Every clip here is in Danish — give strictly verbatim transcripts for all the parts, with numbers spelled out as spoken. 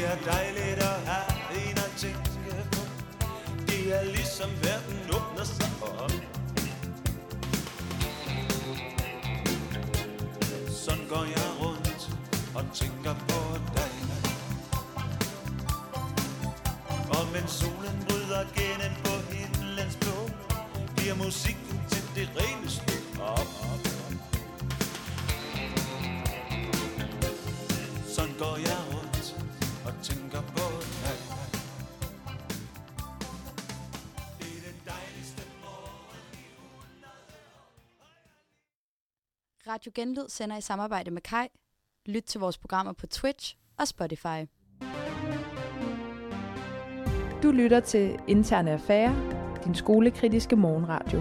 er dejligt at have en at tænke på. Det er ligesom verden åbner sig op. Sådan går jeg rundt og tænker på dig. Og mens solen bryder gennem på himlens blå, bliver musikken til det reneste op. Sådan går jeg rundt og tænker på dig. Det er den dejligste morgen i hundrede år. Radio Genlyd sender i samarbejde med Kai. Lyt til vores programmer på Twitch og Spotify. Du lytter til Interne Affærer, din skolekritiske morgenradio.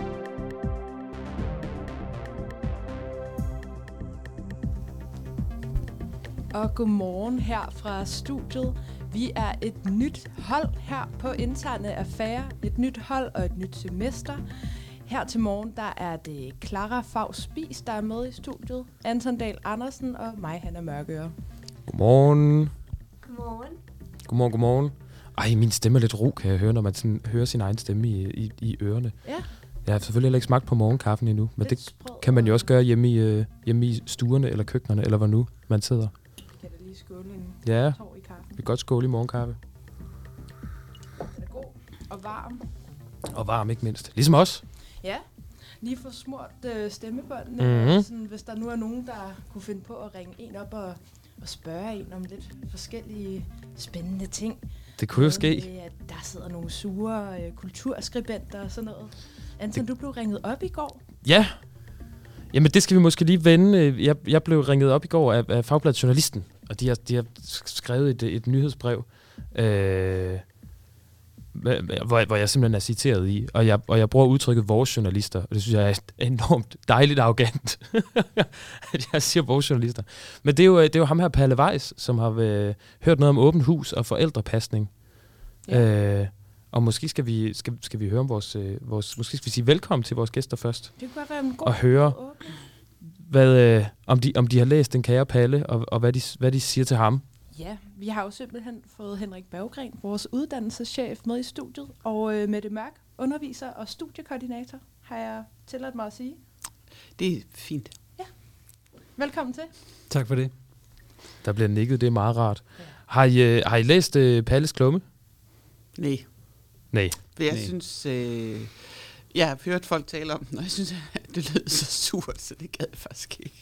Og godmorgen her fra studiet. Vi er et nyt hold her på Interne Affærer. Et nyt hold og et nyt semester. Her til morgen, der er det Clara Faust Spies, der er med i studiet. Anton Dahl Andersen og mig, Hanna Mørkøre. Godmorgen. Godmorgen. Godmorgen, godmorgen. Ej, min stemme er lidt ro, kan jeg høre, når man sådan hører sin egen stemme i, i, i ørerne. Ja. Jeg har selvfølgelig heller ikke smagt på morgenkaffen endnu, men Lidt det sprød, kan man jo og- også gøre hjemme i, øh, hjemme i stuerne eller køkkenerne, eller hvor nu man sidder. Kan da lige skåle en Ja, tår i kaffen. vi kan godt skåle i morgenkaffe. Den er god og varm. Og varm, ikke mindst. Ligesom os. Ja, lige få smurt øh, stemmebåndene. Mhm. Sådan, hvis der nu er nogen, der kunne finde på at ringe en op og, og spørge en om lidt forskellige spændende ting. Det kunne jo Noget ske. med, at der sidder nogle sure øh, kulturskribenter og sådan noget. Anton, du blev ringet op i går. Ja. Jamen, det skal vi måske lige vende. Jeg, jeg blev ringet op i går af, af Fagbladet Journalisten, og de har, de har skrevet et, et nyhedsbrev, øh, hvor, hvor jeg simpelthen er citeret i, og jeg, og jeg bruger udtrykket vores journalister, og det synes jeg er enormt dejligt arrogant, at jeg siger vores journalister. Men det er jo, det er jo ham her, Palle Weiss, som har øh, hørt noget om åbent hus og forældrepasning. Ja. Øh, og måske skal vi, skal, skal vi høre om vores, øh, vores... Måske skal vi sige velkommen til vores gæster først. Det kunne godt være en god Og høre, åbning. hvad, øh, om, de, om de har læst Den Kære Palle, og, og hvad, de, hvad de siger til ham. Ja, vi har jo simpelthen fået Henrik Berggren, vores uddannelseschef, med i studiet. Og øh, Mette Mørk, underviser og studiekoordinator, har jeg tilladt mig at sige. Det er fint. Velkommen til. Tak for det. Der bliver nikket, det er meget rart. Ja. Har, I, øh, har I læst øh, Palles klumme? Nej. Nej. For jeg Nej. synes, øh, jeg har hørt folk tale om den, og jeg synes, at det lød så surt, så det gad jeg faktisk ikke.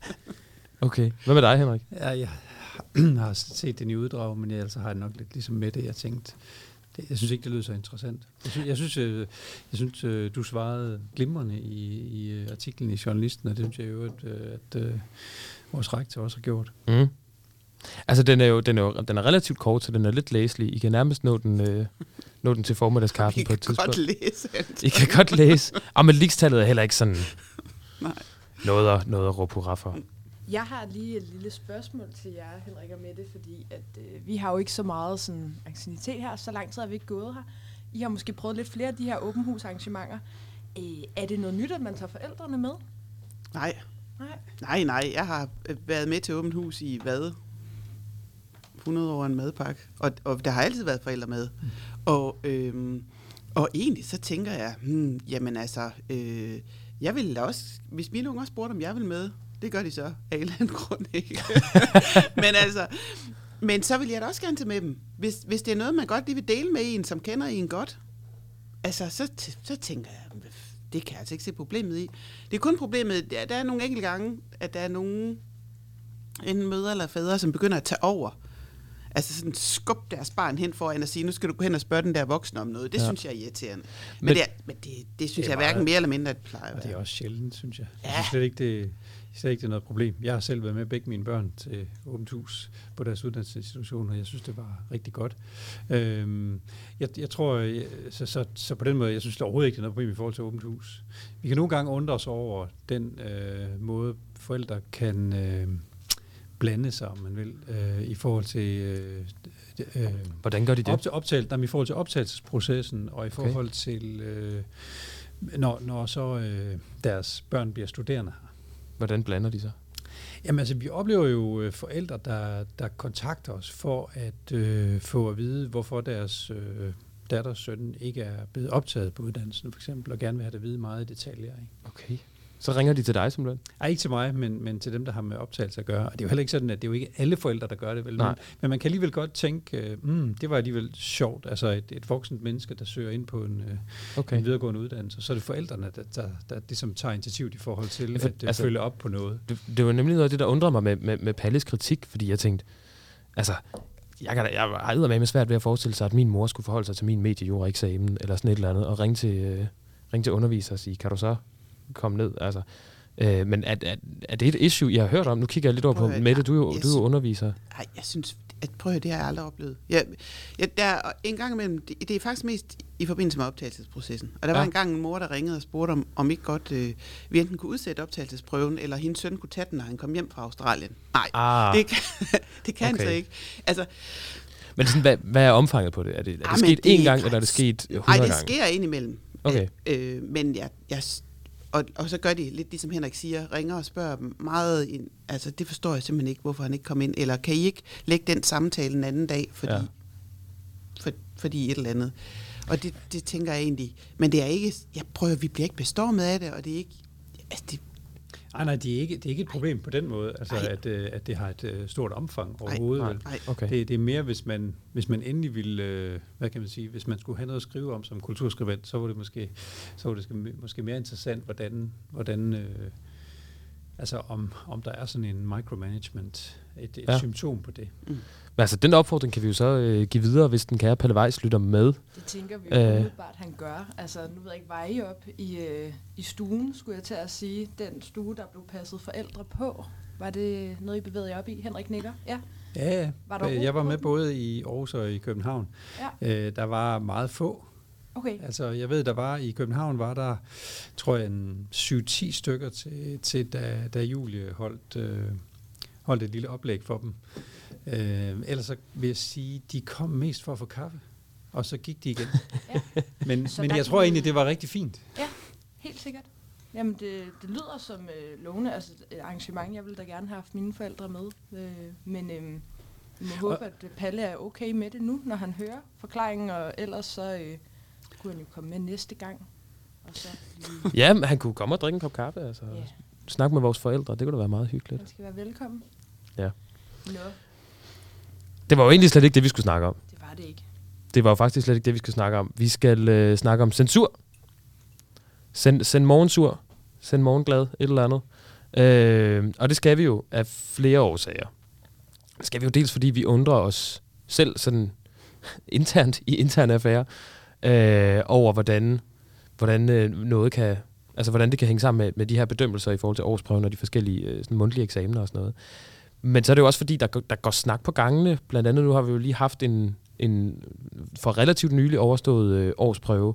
Okay. Hvad med dig, Henrik? Ja, jeg har set den i uddrag, men jeg altså har det nok lidt ligesom med det. Jeg tænkte, det, jeg synes ikke, det lød så interessant. Jeg synes, jeg synes, øh, jeg synes øh, du svarede glimrende i, i øh, artiklen i Journalisten, og det synes jeg jo, at, øh, at øh, vores rektor også har gjort. Mm. Altså, den er jo, den er jo den er relativt kort, så den er lidt læselig. I kan nærmest nå den, øh, nå den til formiddagskaffen Vi på et kan tidspunkt. godt læse alt. I kan godt læse. Ah, men ligestallet er heller ikke sådan Nej. noget at, noget at råbe hurra for. Jeg har lige et lille spørgsmål til jer, Henrik og Mette, fordi at, øh, vi har jo ikke så meget sådan, anciennitet her, så lang tid har vi ikke gået her. I har måske prøvet lidt flere af de her åbenhusarrangementer. Øh, er det noget nyt, at man tager forældrene med? Nej. Nej. Nej, nej. Jeg har øh, været med til åbent hus i hvad? hundrede år en madpakke. Og, og der har altid været forældre med. Mm. Og, øhm, og egentlig så tænker jeg, hmm, jamen altså, øh, jeg vil da også, hvis mine unger spurgte, om jeg vil med, det gør de så af en eller anden grund ikke. men altså, men så vil jeg da også gerne tage med dem. Hvis, hvis det er noget, man godt lige vil dele med en, som kender en godt, altså så, t- så tænker jeg, det kan jeg altså ikke se problemet i. Det er kun problemet, der, der er nogle enkelte gange, at der er nogle enten mødre eller fædre, som begynder at tage over. Altså sådan skub deres barn hen foran og sige, nu skal du gå hen og spørge den der voksne om noget. Det ja. synes jeg er irriterende. Men, men, det, er, men det, det synes det jeg hverken mere eller mindre, at det plejer. Og det er også sjældent, synes jeg. Jeg Ja. synes slet ikke, det, slet ikke, det er noget problem. Jeg har selv været med begge mine børn til åbent hus på deres uddannelsesinstitutioner, og jeg synes, det var rigtig godt. Øhm, jeg, jeg tror, jeg, så, så, så på den måde, jeg synes overhovedet ikke, det er noget problem i forhold til åbent hus. Vi kan nogle gange undre os over den øh, måde, forældre kan øh, blande sig, om man vil, øh, i forhold til... Øh, øh, Hvordan gør de det? Op til optagel, nej, i forhold til optagelsesprocessen, og i forhold okay. til, øh, når, når så øh, deres børn bliver studerende. Hvordan blander de sig? Jamen altså, vi oplever jo øh, forældre, der, der kontakter os for at øh, få at vide, hvorfor deres øh, datters søn ikke er blevet optaget på uddannelsen, for eksempel, og gerne vil have det at vide meget i detaljer. Ikke? Okay. Så ringer de til dig simpelthen? Ej, ikke til mig, men, men til dem, der har med optagelse at gøre. Og det er jo heller ikke sådan, at det er jo ikke alle forældre, der gør det. Vel? Men, men man kan alligevel godt tænke, mm, det var alligevel sjovt. Altså et, et voksent menneske, der søger ind på en, okay. en videregående uddannelse. Så er det forældrene, der, der, der ligesom tager initiativ i forhold til ja, for, at altså, følge op på noget. Det, det var nemlig noget af det, der undrer mig med, med, med Palles kritik, fordi jeg tænkte, altså, jeg, kan, jeg har eddermame svært ved at forestille sig, at min mor skulle forholde sig til min mediejura-eksamen, eller sådan et eller andet, og ringe til, øh, ringe til underviser og sige, kan du så komme ned? Altså, øh, men er, er, er det et issue, jeg har hørt om? Nu kigger jeg lidt over på Mette, du er jo, du er jo underviser. Nej, jeg synes, at prøv at det har jeg aldrig oplevet. Jeg, jeg, der, en gang imellem, det, det er faktisk mest i forbindelse med optagelsesprocessen. Og der ja. var en gang en mor, der ringede og spurgte, om, om ikke godt øh, vi enten kunne udsætte optagelsesprøven, eller hendes søn kunne tage den, når han kom hjem fra Australien. Nej, ah. det kan, det kan okay. så ikke. Altså, men sådan, hvad, hvad er omfanget på det? Er det, er det ah, sket én gang, eller er det sket hundrede gange? Nej, det sker indimellem. Okay. Øh, men jeg... jeg Og, og så gør de lidt ligesom Henrik siger, ringer og spørger meget, ind, altså det forstår jeg simpelthen ikke, hvorfor han ikke kom ind, eller kan I ikke lægge den samtale en anden dag, fordi, ja. for, fordi et eller andet. Og det, det tænker jeg egentlig, men det er ikke, jeg prøver, vi bliver ikke bestormet af det, og det er ikke, altså det, Ej, nej, det er, ikke, det er ikke et problem på den måde, altså at, at det har et uh, stort omfang overhovedet. Nej, nej. Okay. Det, det er mere, hvis man, hvis man endelig ville, uh, hvad kan man sige, hvis man skulle have noget at skrive om som kulturskribent, så var det måske, så var det måske mere interessant, hvordan, hvordan uh, altså om, om der er sådan en micromanagement, et, et ja. symptom på det. Mm. Men altså, den opfordring kan vi jo så øh, give videre, hvis den kære Palle Weiss lytter med. Det tænker vi jo øh. umiddelbart, han gør. Altså, nu ved jeg ikke, var I op i, øh, i stuen, skulle jeg til at sige. Den stue, der blev passet forældre på. Var det noget, I bevægede jer op i? Henrik nikker? Ja. Ja, ja. Var der jeg var med både i Aarhus og i København. Ja. Øh, der var meget få. Okay. Altså, jeg ved, der var i København, var der, tror jeg, en syv ti stykker til, til da, da Julie holdt, øh, holdt et lille oplæg for dem. Øh, ellers så vil jeg sige, de kom mest for at få kaffe, og så gik de igen. Ja. Men, men jeg tror egentlig, det var rigtig fint. Ja, helt sikkert. Jamen, det, det lyder som øh, lovende, altså et arrangement. Jeg ville da gerne have haft mine forældre med. Øh, men øh, jeg må håbe, at Palle er okay med det nu, når han hører forklaringen, og ellers så øh, kunne han jo komme med næste gang. Og så lige... Ja, men han kunne komme og drikke en kop kaffe, altså yeah. snakke med vores forældre, det kunne da være meget hyggeligt. Han skal være velkommen. Ja. Nå. Det var jo egentlig slet ikke det, vi skulle snakke om. Det var det ikke. Det var jo faktisk slet ikke det, vi skulle snakke om. Vi skal øh, snakke om censur. Send, send morgensur. Send morgenglad. Et eller andet. Øh, og det skal vi jo af flere årsager. Det skal vi jo dels, fordi vi undrer os selv sådan internt i interne affærer øh, over, hvordan, hvordan øh, noget kan... Altså, hvordan det kan hænge sammen med, med de her bedømmelser i forhold til årsprøven og de forskellige øh, sådan mundtlige eksamener og sådan noget. Men så er det jo også fordi, der, der går snak på gangene. Blandt andet nu har vi jo lige haft en, en for relativt nylig overstået øh, årsprøve,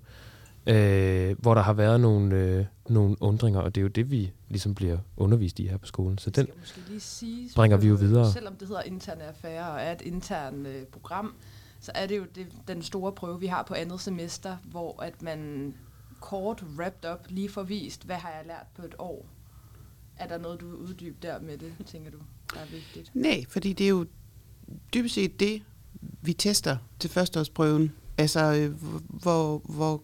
øh, hvor der har været nogle, øh, nogle undringer, og det er jo det, vi ligesom bliver undervist i her på skolen. Så den måske lige sige, bringer vi jo videre. Selvom det hedder interne affærer og er et internt øh, program, så er det jo det, den store prøve, vi har på andet semester, hvor at man kort wrapped up lige får vist, hvad har jeg lært på et år. Er der noget, du vil uddybe der med det, tænker du, der er vigtigt? Nej, fordi det er jo dybest set det, vi tester til førsteårsprøven. Altså, hvor, hvor,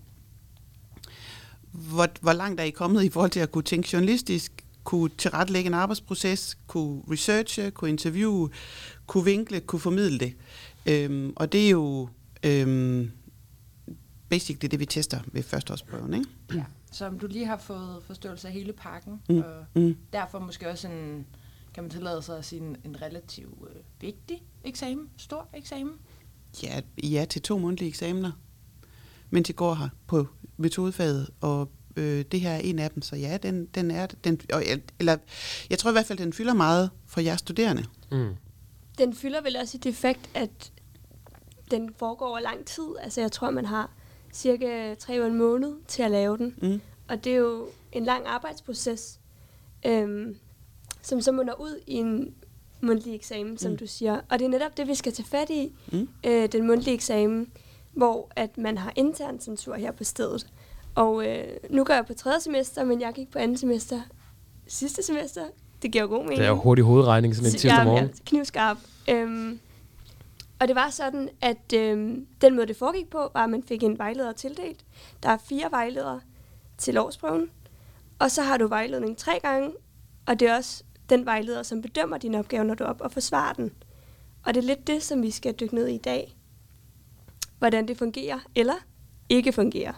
hvor, hvor langt er I kommet i forhold til at kunne tænke journalistisk, kunne tilrettelægge en arbejdsproces, kunne researche, kunne interviewe, kunne vinkle, kunne formidle det. Øhm, og det er jo øhm, basically det, det, vi tester ved førsteårsprøven, ikke? Ja, som du lige har fået forståelse af hele pakken, mm. og mm. derfor måske også en, kan man tillade sig at sige, en, en relativt øh, vigtig eksamen, stor eksamen? Ja, ja, til to mundtlige eksamener, mens I går her på metodefaget, og øh, det her er en af dem, så ja, den, den er, den, og, eller jeg tror i hvert fald, den fylder meget for jeres studerende. Mm. Den fylder vel også i det fakt, at den foregår over lang tid. Altså jeg tror, man har cirka tre og en måned til at lave den. Mm. Og det er jo en lang arbejdsproces, øhm, som så munder ud i en mundtlig eksamen, som mm. du siger. Og det er netop det, vi skal tage fat i, mm. øh, den mundtlige eksamen, hvor at man har intern censur her på stedet. Og øh, nu går jeg på tredje semester, men jeg gik på andet semester sidste semester det giver jo god mening. Det er jo hurtig hovedregning sådan en tirsdag morgen. Ja, knivskarp. Øhm, og det var sådan, at øhm, den måde, det foregik på, var, at man fik en vejleder tildelt. Der er fire vejledere til årsprøven, og så har du vejledning tre gange, og det er også den vejleder, som bedømmer din opgave, når du er op og forsvarer den. Og det er lidt det, som vi skal dykke ned i i dag. Hvordan det fungerer, eller ikke fungerer.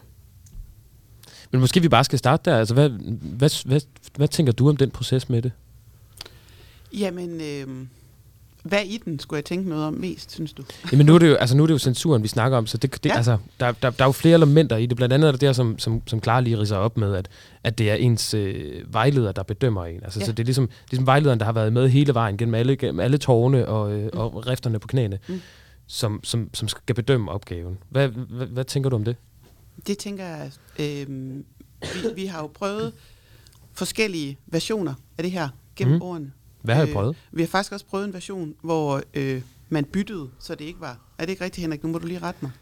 Men måske vi bare skal starte der. Altså, hvad, hvad, hvad, hvad tænker du om den proces med det? Jamen, øh, hvad i den skulle jeg tænke noget om mest, synes du? Jamen nu er det jo, altså, nu er det jo censuren, vi snakker om, så det, det, ja. altså, der, der, der er jo flere elementer i det. Blandt andet er det der, som, som, som Clara lige ridser op med, at, at det er ens øh, vejleder, der bedømmer en. Altså, Ja. Så det er ligesom, ligesom vejlederen, der har været med hele vejen gennem alle, gennem alle tårne og, øh, mm. og rifterne på knæene, mm. som, som, som skal bedømme opgaven. Hvad, hvad, hvad tænker du om det? Det tænker jeg, øh, vi, vi har jo prøvet forskellige versioner af det her gennem mm. årene. Hvad har I prøvet? Øh, vi har faktisk også prøvet en version, hvor øh, man byttede, så det ikke var. Er det ikke rigtigt, Henrik? Nu må du lige rette mig.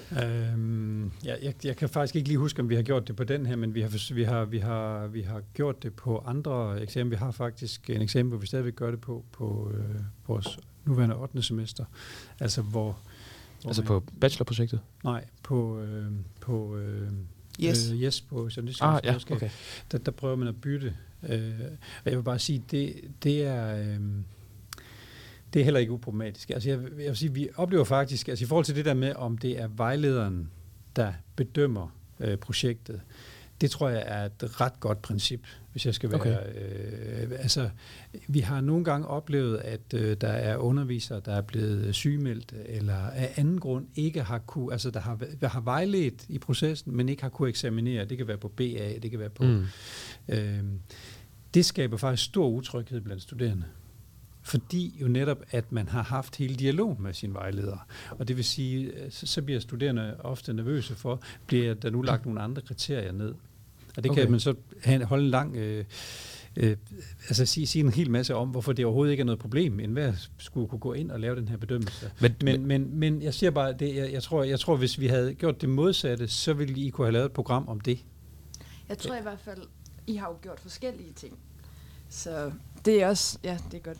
Øhm, ja, jeg, jeg kan faktisk ikke lige huske, om vi har gjort det på den her, men vi har, vi har, vi har, vi har gjort det på andre eksamener. Vi har faktisk en eksamen, hvor vi stadigvæk gør det på, på øh, vores nuværende ottende semester. Altså hvor... hvor Altså man, på bachelorprojektet? Nej, på... Øh, på øh, Yes. Øh, yes, på journalistisk Ah, ja, videnskab. okay. Der, der prøver man at bytte. Øh, og jeg vil bare sige, det, det er... Øh, det er heller ikke uproblematisk. Altså jeg, jeg vil sige, vi oplever faktisk, altså i forhold til det der med, om det er vejlederen, der bedømmer øh, projektet, det tror jeg er et ret godt princip, hvis jeg skal være... Okay. Øh, altså, vi har nogle gange oplevet, at øh, der er undervisere, der er blevet sygemeldt, eller af anden grund ikke har kunne, altså der har, der har vejledt i processen, men ikke har kunne eksaminere. Det kan være på B A, det kan være på... Mm. Øh, det skaber faktisk stor utryghed blandt studerende. Fordi jo netop, at man har haft hele dialog med sin vejleder. Og det vil sige, så, så bliver studerende ofte nervøse for, bliver der nu lagt nogle andre kriterier ned. Og det okay. kan man så holde en lang... Øh, øh, altså sige, sige en hel masse om, hvorfor det overhovedet ikke er noget problem. Enhver skulle kunne gå ind og lave den her bedømmelse. Men, men, men, men jeg siger bare, det, jeg, jeg, tror, jeg tror, hvis vi havde gjort det modsatte, så ville I kunne have lavet et program om det. Jeg tror i hvert fald, I har jo gjort forskellige ting. Så det er også... Ja, det er godt.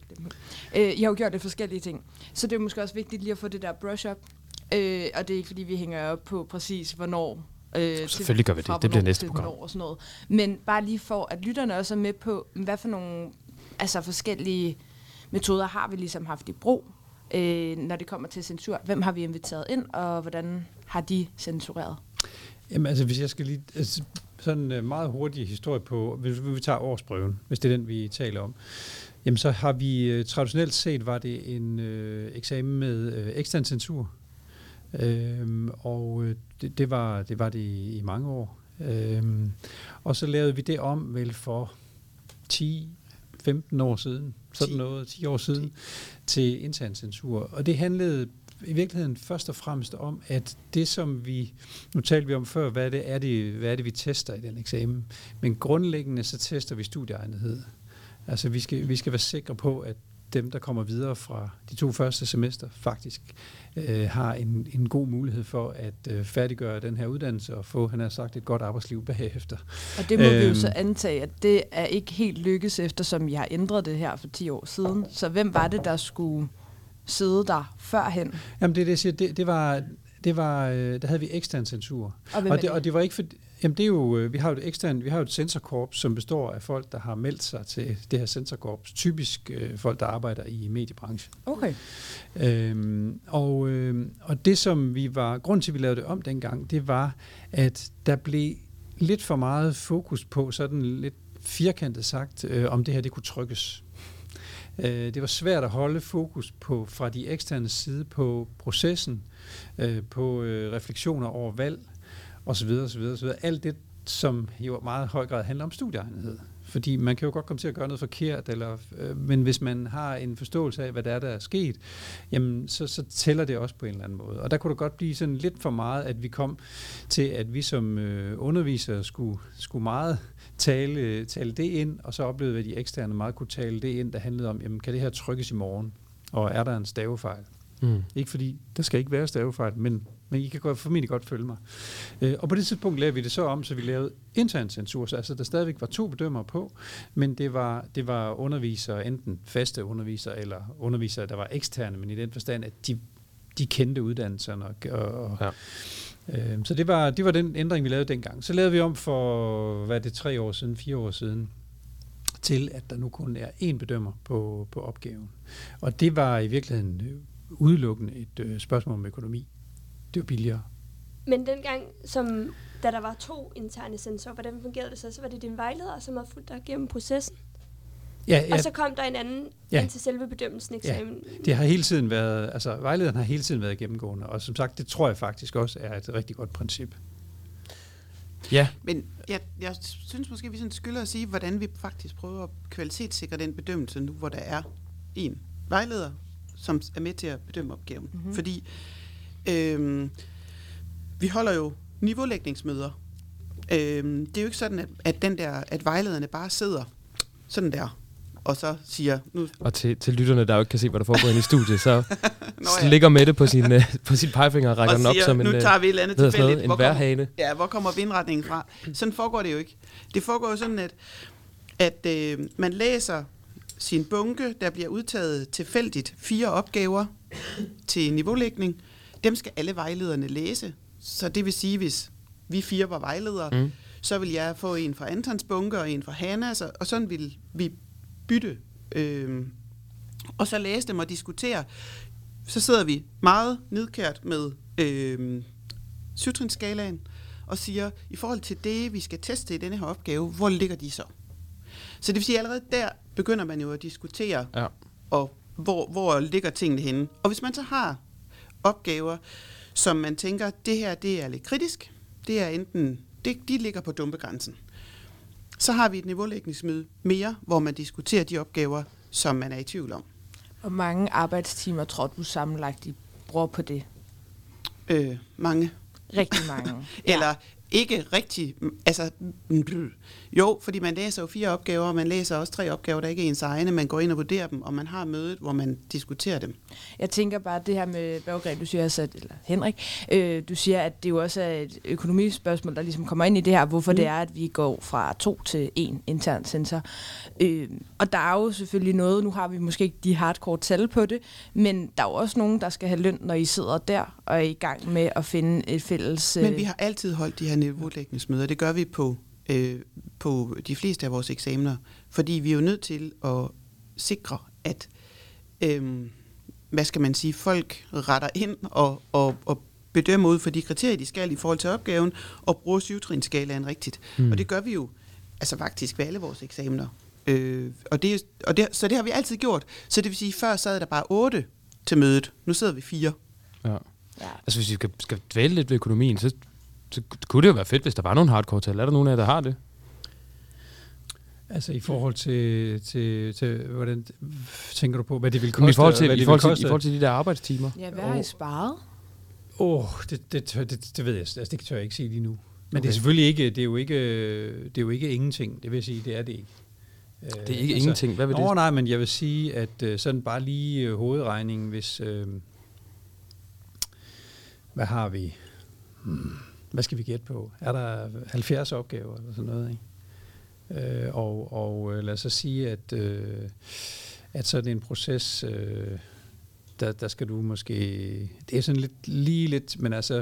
Øh, I har jo gjort det forskellige ting. Så det er måske også vigtigt lige at få det der brush-up. Øh, og det er ikke, fordi vi hænger op på præcis, hvornår... Øh, Selvfølgelig gør vi det. Det bliver næste program. Og sådan noget. Men bare lige for, at lytterne også er med på, hvad for nogle altså forskellige metoder har vi ligesom haft i brug, øh, når det kommer til censur. Hvem har vi inviteret ind, og hvordan har de censureret? Jamen altså, hvis jeg skal lige... Altså, sådan en meget hurtig historie på... Hvis vi tager årsprøven, hvis det er den, vi taler om. Jamen så har vi traditionelt set, var det en øh, eksamen med øh, ekstern censur. Øhm, og det, det, var, det var det i, i mange år. Øhm, og så lavede vi det om vel for ti femten år siden, sådan noget, ti år siden, til intern censur. Og det handlede i virkeligheden først og fremmest om, at det som vi, nu talte vi om før, hvad det er, det, hvad er det vi tester i den eksamen, men grundlæggende så tester vi studieegnethed. Altså vi skal, vi skal være sikre på, at dem, der kommer videre fra de to første semester, faktisk øh, har en, en god mulighed for at øh, færdiggøre den her uddannelse og få, han har sagt, et godt arbejdsliv bagefter. Og det må øhm, vi jo så antage, at det er ikke helt lykkes, eftersom I har ændret det her for ti år siden. Så hvem var det, der skulle sidde der førhen? Jamen det, det, jeg siger, det, det var... Det var, øh, der havde vi ekstern censur. Og, og, det, og det var ikke for, jamen det er jo, vi har jo et ekstern, vi har jo et censorkorps, som består af folk, der har meldt sig til det her censorkorps. Typisk øh, folk, der arbejder i mediebranchen. Okay. Øhm, og, øh, og det som vi var, grund til at vi lavede det om dengang, det var, at der blev lidt for meget fokus på, sådan lidt firkantet sagt, øh, om det her det kunne trykkes. Øh, det var svært at holde fokus på fra de eksterne side på processen, øh, på øh, refleksioner over valg osv. osv., osv. Alt det, som i meget høj grad handler om studieegnethed. Fordi man kan jo godt komme til at gøre noget forkert, eller, øh, men hvis man har en forståelse af, hvad der er, der er sket, jamen, så, så tæller det også på en eller anden måde. Og der kunne det godt blive sådan lidt for meget, at vi kom til, at vi som øh, undervisere skulle, skulle meget tale, tale det ind, og så oplevede vi, at de eksterne meget kunne tale det ind, der handlede om, jamen, kan det her trykkes i morgen? Og er der en stavefejl? Mm. Ikke fordi, der skal ikke være stavefejl, men, men I kan godt, formentlig godt følge mig. Øh, og på det tidspunkt lavede vi det så om, så vi lavede intern censur, så altså der stadigvæk var to bedømmere på, men det var, det var undervisere, enten faste undervisere, eller undervisere, der var eksterne, men i den forstand, at de, de kendte uddannelserne. Og, og, ja. øh, så det var, det var den ændring, vi lavede dengang. Så lavede vi om for, hvad er det, tre år siden, fire år siden, til at der nu kun er én bedømmer på, på opgaven. Og det var i virkeligheden udelukkende et øh, spørgsmål om økonomi. Det var billigere. Men dengang, som, da der var to interne censorer, hvordan fungerede det så? Så var det din vejleder, som har fulgt dig gennem processen? Ja, ja. Og så kom der en anden ja. ind til selve bedømmelsen eksamen. Ja. Det har hele tiden været, altså vejlederen har hele tiden været gennemgående, og som sagt, det tror jeg faktisk også er et rigtig godt princip. Ja. Men jeg, jeg synes måske, vi sådan skylder at sige, hvordan vi faktisk prøver at kvalitetssikre den bedømmelse nu, hvor der er en vejleder, som er med til at bedømme opgaven. Mm-hmm. Fordi øhm, vi holder jo niveaulægningsmøder. Øhm, det er jo ikke sådan, at, at, den der, at vejlederne bare sidder sådan der, og så siger... Nu og til, til lytterne, der jo ikke kan se, hvad der foregår inde i studiet, så Nå, ja. ligger Mette på sin, uh, på sin pegefinger og rækker og den op siger, som en, nu tager vi et eller andet tilfældigt. En vejrhane. Ja, hvor kommer vindretningen fra? Sådan foregår det jo ikke. Det foregår jo sådan, at, at øh, man læser sin bunke, der bliver udtaget tilfældigt fire opgaver til niveaulægning. Dem skal alle vejlederne læse. Så det vil sige, hvis vi fire var vejledere, mm. så vil jeg få en fra Antons bunke og en fra Hannas, og sådan vil vi bytte. Øh, og så læse dem og diskutere. Så sidder vi meget nedkært med øh, syvtrinsskalaen og siger, i forhold til det, vi skal teste i denne her opgave, hvor ligger de så? Så det vil sige, allerede der begynder man jo at diskutere, ja. og hvor, hvor ligger tingene henne. Og hvis man så har opgaver, som man tænker, det her det er lidt kritisk, det er enten, det, de ligger på dumpegrænsen, så har vi et niveaulægningsmøde mere, hvor man diskuterer de opgaver, som man er i tvivl om. Og mange arbejdstimer tror du sammenlagt, I bruger på det? Øh, mange. Rigtig mange. Eller ja. Ikke rigtig, altså, jo, fordi man læser jo fire opgaver, og man læser også tre opgaver, der ikke er ens egne, man går ind og vurderer dem, og man har mødet, hvor man diskuterer dem. Jeg tænker bare, det her med Berggren, du siger også, at, eller Henrik, øh, du siger, at det jo også er et økonomispørgsmål, der ligesom kommer ind i det her, hvorfor mm. det er, at vi går fra to til en intern censor. Øh, og der er jo selvfølgelig noget, nu har vi måske ikke de hardcore tal på det, men der er jo også nogen, der skal have løn, når I sidder der og er i gang med at finde et fælles... Øh... Men vi har altid holdt de her niveaulægningsmøder. Det gør vi på, øh, på de fleste af vores eksamener, fordi vi er jo nødt til at sikre, at øh, hvad skal man sige, folk retter ind og, og, og bedømmer ud for de kriterier, de skal i forhold til opgaven, og bruger syvtrinsskalaen rigtigt. Mm. Og det gør vi jo altså faktisk ved alle vores eksamener. Øh, og det, og det, så det har vi altid gjort. Så det vil sige, før sad der bare otte til mødet. Nu sidder vi fire. Ja. Ja. Altså hvis vi skal, skal dvæle lidt ved økonomien, så så kunne det jo være fedt, hvis der var nogle hardcore-tal. Er der nogen af jer, der har det? Altså i forhold til, til, til hvordan tænker du på, hvad det vil koste? I forhold til, hvad i det forhold vil til, i forhold til de der arbejdstimer. Ja, hvad har I sparet? Åh, oh, det, det, det, det ved jeg, altså det tør jeg ikke sige lige nu. Men okay. Det er selvfølgelig ikke, det er jo ikke, det er jo ikke ingenting. Det vil jeg sige, det er det ikke. Det er ikke altså, ingenting. Hvad vil det? Nå, nej, men jeg vil sige, at sådan bare lige hovedregningen, hvis øh, hvad har vi? Hmm. Hvad skal vi gætte på? Er der halvfjerds opgaver eller sådan noget, ikke? Øh, og og øh, lad os så sige, at, øh, at sådan en proces, øh, der, der skal du måske... Det er sådan lidt, lige lidt, men altså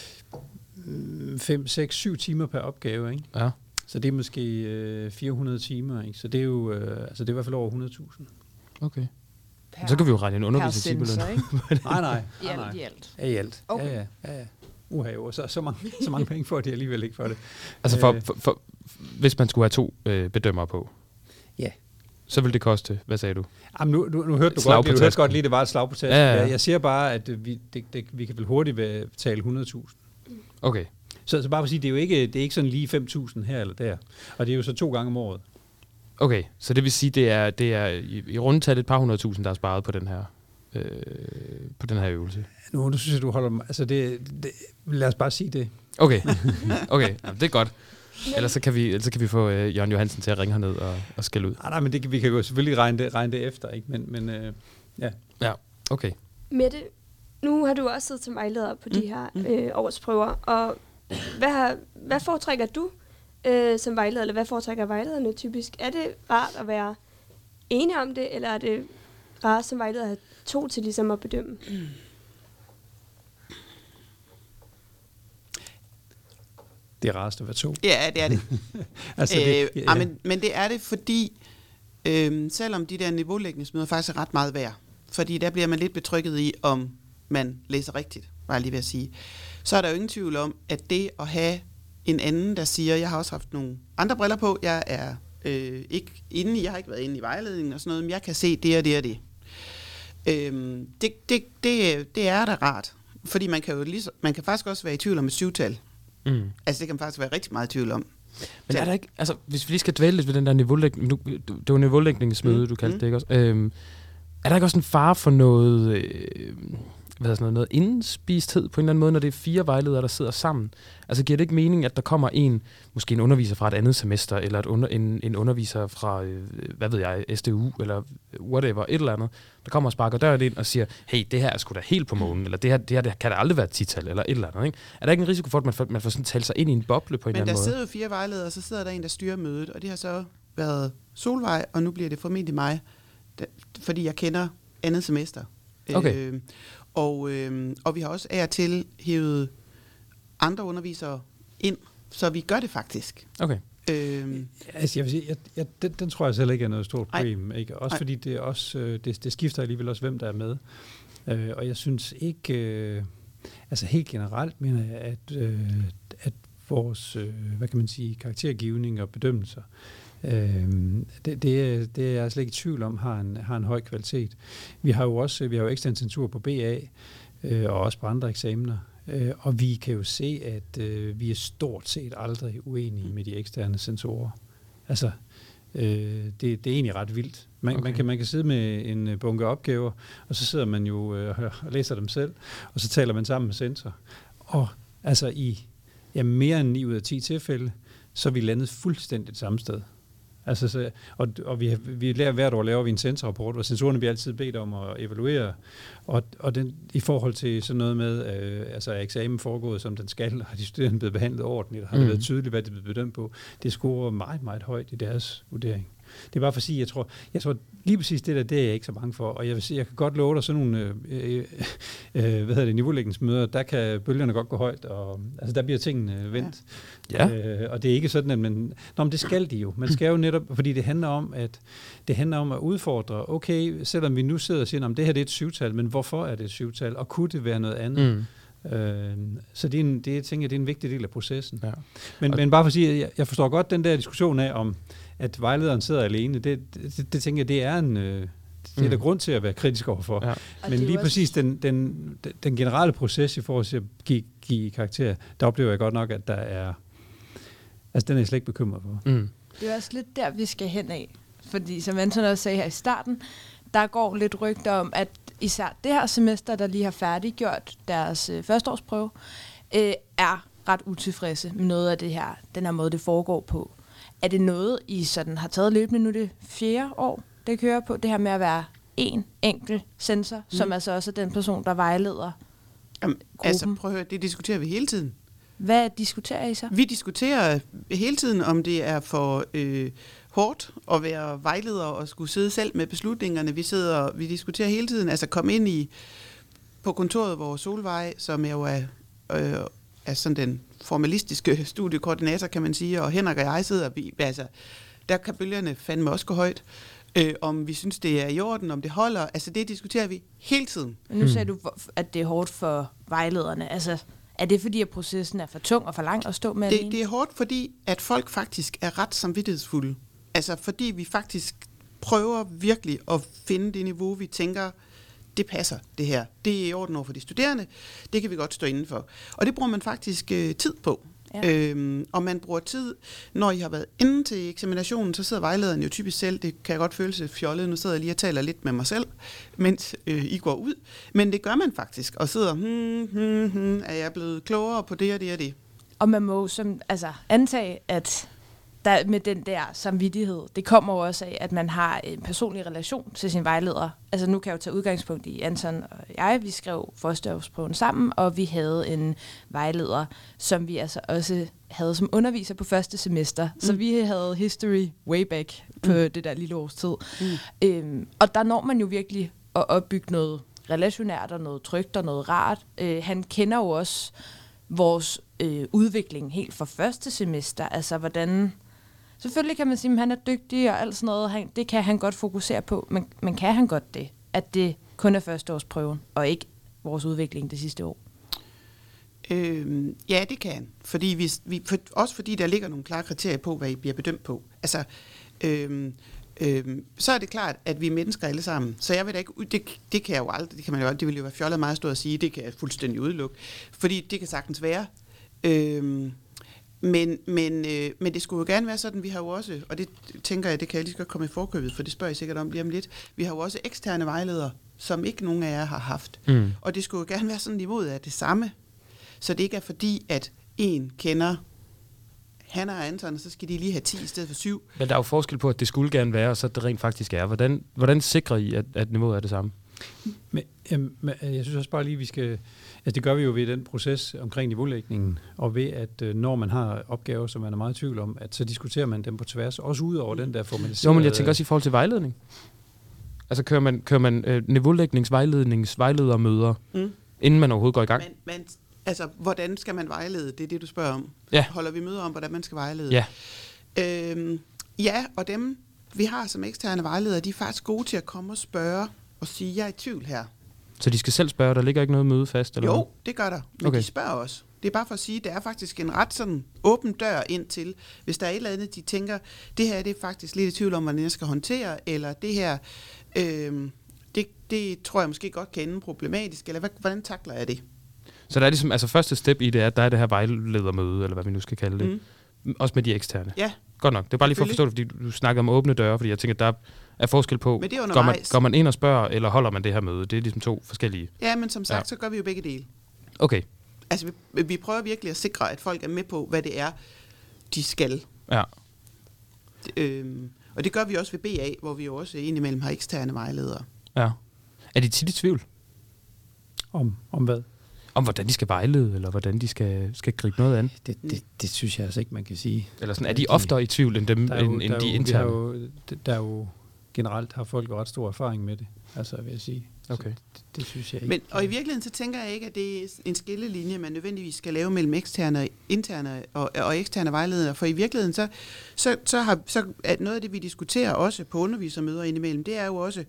fem, seks, syv timer per opgave, ikke? Ja. Så det er måske øh, fire hundrede timer, ikke? Så det er jo øh, altså det er i hvert fald over hundrede tusind. Okay. Per, så kan vi jo regne en undervisertimeløn. nej, nej. I alt, i alt. Ja, i alt. Okay. Ja, ja, ja, ja. Uha jo, så, så, mange, så mange penge får de alligevel ikke for det. Altså for, for, for, hvis man skulle have to øh, bedømmere på, ja, så ville det koste, hvad sagde du? Jamen nu, nu, nu hørte du godt, du hørte godt lige, det var et slag på tasken. Ja, ja. Jeg siger bare, at vi, det, det, vi kan vel hurtigt betale hundrede tusind. Okay. Så, så bare for at sige, det er jo ikke, det er ikke sådan lige fem tusind her eller der. Og det er jo så to gange om året. Okay, så det vil sige, det er, det er i, i rundetal et par hundrede tusind, der er sparet på den her, øh, på den her øvelse. Nu, nu synes jeg, du holder... Altså det, det, lad os bare sige det. Okay, okay. Jamen, det er godt. Ellers så kan vi, ellers så kan vi få øh, Jørgen Johansen til at ringe herned og, og skælde ud. Nej, nej, men det, vi kan jo selvfølgelig regne det, regne det efter, ikke? Men, men øh, ja. Ja, okay. Mette, nu har du også siddet som vejleder på de her Mm. øh, årsprøver, og hvad, har, hvad foretrækker du øh, som vejleder, eller hvad foretrækker vejlederne typisk? Er det rart at være enige om det, eller er det rart som vejleder at have to til ligesom at bedømme? Mm. Det er rarest at være to. Ja, det er det. altså, øh, det ja. ja, men, men det er det, fordi øh, selvom de der niveaulægningsmøder faktisk er ret meget værd, fordi der bliver man lidt betrykket i, om man læser rigtigt, var jeg lige ved at sige, så er der jo ingen tvivl om, at det at have en anden, der siger, jeg har også haft nogle andre briller på, jeg er øh, ikke inde i, jeg har ikke været inde i vejledningen og sådan noget, men jeg kan se det og det og det. Øh, det, det, det, det er da rart, fordi man kan jo lige, man kan faktisk også være i tvivl om et syvtal. Mm. Altså det kan man faktisk være rigtig meget i tvivl om. Men er der ikke, altså hvis vi lige skal dvæle lidt ved den der niveaulægning, nu, det var niveaulægningsmøde, mm. du kaldte mm. det, ikke også? Øhm, er der ikke også en fare for noget, øh, hvad er sådan noget, noget indspisthed på en eller anden måde, når det er fire vejledere, der sidder sammen? Altså giver det ikke mening, at der kommer en, måske en underviser fra et andet semester, eller et under, en, en underviser fra, øh, hvad ved jeg, S D U, eller whatever, et eller andet, der kommer og sparker døren ind og siger, hey, det her er sgu da helt på månen, eller det her, det her det kan da aldrig være et tital, eller et eller andet, ikke? Er der ikke en risiko for, at man får, man får sådan talt sig ind i en boble på en Men eller anden måde? Men der sidder jo fire vejledere, og så sidder der en, der styrer mødet, og det har så været Solvej, og nu bliver det formentlig mig, der, fordi jeg kender andet semester. Okay. Øh, og, øh, og vi har også af og til hævet andre undervisere ind, så vi gør det faktisk. Okay. Øhm. Altså jeg vil sige, jeg, jeg, den, den tror jeg selv ikke er noget stort problem. Ikke? Også Ej. fordi det, er også, det, det skifter alligevel også, hvem der er med. Øh, og jeg synes ikke, øh, altså helt generelt mener jeg, at, øh, at vores, øh, hvad kan man sige, karaktergivning og bedømmelser, øh, det, det, det er jeg slet ikke i tvivl om, har en, har en høj kvalitet. Vi har jo også, vi har jo ekstern censur på B A, øh, og også på andre eksamener. Øh, og vi kan jo se, at øh, vi er stort set aldrig uenige med de eksterne sensorer. Altså, øh, det, det er egentlig ret vildt. Man, okay. man, kan, man kan sidde med en bunke opgaver, og så sidder man jo øh, og læser dem selv, og så taler man sammen med sensor. Og altså i ja, mere end ni ud af ti tilfælde, så er vi landet fuldstændig samme sted. Altså, så, og og vi, vi lærer hvert år laver vi en sensorrapport, hvor sensorerne bliver altid bedt om at evaluere, og, og den, i forhold til sådan noget med, øh, altså er eksamen foregået som den skal, har de studerende blevet behandlet ordentligt, har mm. det været tydeligt, hvad det er blevet bedømt på, det scorer meget, meget højt i deres vurdering. Det er bare for at sige, jeg tror, jeg tror lige præcis det der, det er jeg ikke så bange for, og jeg vil sige, jeg kan godt love dig sådan nogle øh, øh, hvad hedder det, niveaulægningsmøder, der kan bølgerne godt gå højt, og altså der bliver tingene vendt. Ja. Øh, og det er ikke sådan, at man, nå, men det skal de jo. Man skal jo netop, fordi det handler om, at det handler om at udfordre, okay, selvom vi nu sidder og siger, om det her det er et syvtal, men hvorfor er det et syvtal, og kunne det være noget andet? Mm. Øh, så det er en, det, jeg tænker, det er en vigtig del af processen. Ja. Men, men bare for at sige, jeg, jeg forstår godt den der diskussion af, om at vejlederen sidder alene, det, det, det tænker jeg, det er en, øh, det er der mm. grund til at være kritisk overfor. Ja. Men lige præcis den, den, den generelle proces i forhold til at give, give karakter, der oplever jeg godt nok, at der er, altså den er jeg slet ikke bekymret for. Mm. Det er også lidt der, vi skal hen af. Fordi som Anton også sagde her i starten, der går lidt rygter om, at især det her semester, der lige har færdiggjort deres øh, førsteårsprøve, øh, er ret utilfredse med noget af det her, den her måde, det foregår på. Er det noget, I sådan har taget løbende nu det fjerde år, det kører på? Det her med at være en enkelt sensor, mm. som altså også er den person, der vejleder Jamen, altså prøv at høre, det diskuterer vi hele tiden. Hvad diskuterer I så? Vi diskuterer hele tiden, om det er for øh, hårdt at være vejleder og skulle sidde selv med beslutningerne. Vi sidder, vi diskuterer hele tiden, altså komme ind i på kontoret, hvor Solvej, som er jo er, øh, er sådan den formalistiske studiekoordinator, kan man sige, og Henrik og jeg sidder, vi, altså, der kan bølgerne fandme også gå højt. Øh, om vi synes, det er i orden, om det holder. Altså, det diskuterer vi hele tiden. Men nu sagde du, at det er hårdt for vejlederne. Altså, er det fordi, at processen er for tung og for lang at stå med? Det, det er hårdt, fordi at folk faktisk er ret samvittighedsfulde. Altså, fordi vi faktisk prøver virkelig at finde det niveau, vi tænker, det passer, det her. Det er i orden over for de studerende. Det kan vi godt stå inden for. Og det bruger man faktisk øh, tid på. Ja. Øhm, og man bruger tid, når I har været inde til eksaminationen, så sidder vejlederen jo typisk selv, det kan jeg godt føle sig fjollet, nu sidder jeg lige og taler lidt med mig selv, mens øh, I går ud, men det gør man faktisk, og sidder, hmm, hmm, hmm, er jeg blevet klogere på det og det og det. Og man må som, altså, antage, at der, med den der samvittighed, det kommer jo også af, at man har en personlig relation til sin vejleder. Altså nu kan jeg jo tage udgangspunkt i Anton og jeg. Vi skrev førsteårsprøven sammen, og vi havde en vejleder, som vi altså også havde som underviser på første semester. Mm. Så vi havde history way back på mm. det der lille års tid. Mm. Øhm, og der når man jo virkelig at opbygge noget relationært og noget trygt og noget rart. Øh, han kender jo også vores øh, udvikling helt fra første semester. Altså hvordan... Selvfølgelig kan man sige, at han er dygtig og alt sådan noget. Han, det kan han godt fokusere på, men, men kan han godt det? At det kun er førsteårsprøven, og ikke vores udvikling det sidste år? Øhm, ja, det kan han. Fordi vi, vi, for, også fordi der ligger nogle klare kriterier på, hvad I bliver bedømt på. Altså, øhm, øhm, så er det klart, at vi er mennesker alle sammen. Så jeg ved da ikke, det, det kan jeg jo aldrig, det kan man jo aldrig, det ville jo være fjollet meget stort at sige, det kan jeg fuldstændig udelukke. Fordi det kan sagtens være. Øhm, Men, men, øh, men det skulle jo gerne være sådan, vi har jo også, og det tænker jeg, det kan jeg lige så godt komme i forkøbet, for det spørger jeg sikkert om lige om lidt, vi har jo også eksterne vejledere, som ikke nogen af jer har haft. Mm. Og det skulle jo gerne være sådan, niveauet er det samme, så det ikke er fordi, at en kender Hanna og Anton, og så skal de lige have ti i stedet for syv. Men der er jo forskel på, at det skulle gerne være, og så det rent faktisk er. Hvordan, hvordan sikrer I, at, at niveauet er det samme? Men, øhm, jeg synes også bare lige, vi skal... Altså det gør vi jo ved den proces omkring niveaulægningen, og ved at øh, når man har opgaver, som man er meget i tvivl om, at så diskuterer man dem på tværs, også ud over den der formaliserede... Jo, men jeg tænker også i forhold til vejledning. Altså kører man, kører man øh, niveaulægnings-, vejlednings-, vejledermøder, mm. inden man overhovedet går i gang? Men, men altså, hvordan skal man vejlede? Det er det, du spørger om. Ja. Holder vi møder om, hvordan man skal vejlede? Ja. Øhm, ja, og dem, vi har som eksterne vejledere, de er faktisk gode til at komme og spørge og sige, jeg er i tvivl her. Så de skal selv spørge, der ligger ikke noget møde fast? Eller jo, hvad? det gør der, men okay. de spørger også. Det er bare for at sige, at det er faktisk en ret sådan åben dør ind til, hvis der er et eller andet, de tænker, det her det er faktisk lidt i tvivl om, hvordan jeg skal håndtere, eller det her, øh, det, det tror jeg måske godt kan ende problematisk, eller hvordan takler jeg det? Så der er ligesom, altså første step i det er, at der er det her vejledermøde, eller hvad vi nu skal kalde det. Mm. Også med de eksterne. Ja. Godt nok. Det er bare lige for at forstå det, fordi du snakker om åbne døre, fordi jeg tænker, der er forskel på, er går man, går man ind og spørger, eller holder man det her møde? Det er ligesom to forskellige. Ja, men som sagt, ja. så gør vi jo begge dele. Okay. Altså, vi, vi prøver virkelig at sikre, at folk er med på, hvad det er, de skal. Ja. Øhm, og det gør vi også ved B A, hvor vi jo også indimellem har eksterne vejledere. Ja. Er de tit i tvivl? Om, om hvad? Om hvordan de skal vejlede, eller hvordan de skal, skal gribe noget an? Det, det, det synes jeg altså ikke, man kan sige. Eller sådan, er de oftere i tvivl end, dem, jo, end, end de jo, interne? Jo, der er jo generelt har folk ret stor erfaring med det, altså vil jeg sige. Okay. Det, det synes jeg ikke. Men, og i virkeligheden så tænker jeg ikke, at det er en skillelinje, man nødvendigvis skal lave mellem eksterne, interne og, og eksterne vejledere. For i virkeligheden så, så, så, har, så at noget af det, vi diskuterer også på undervisermøder indimellem, det er jo også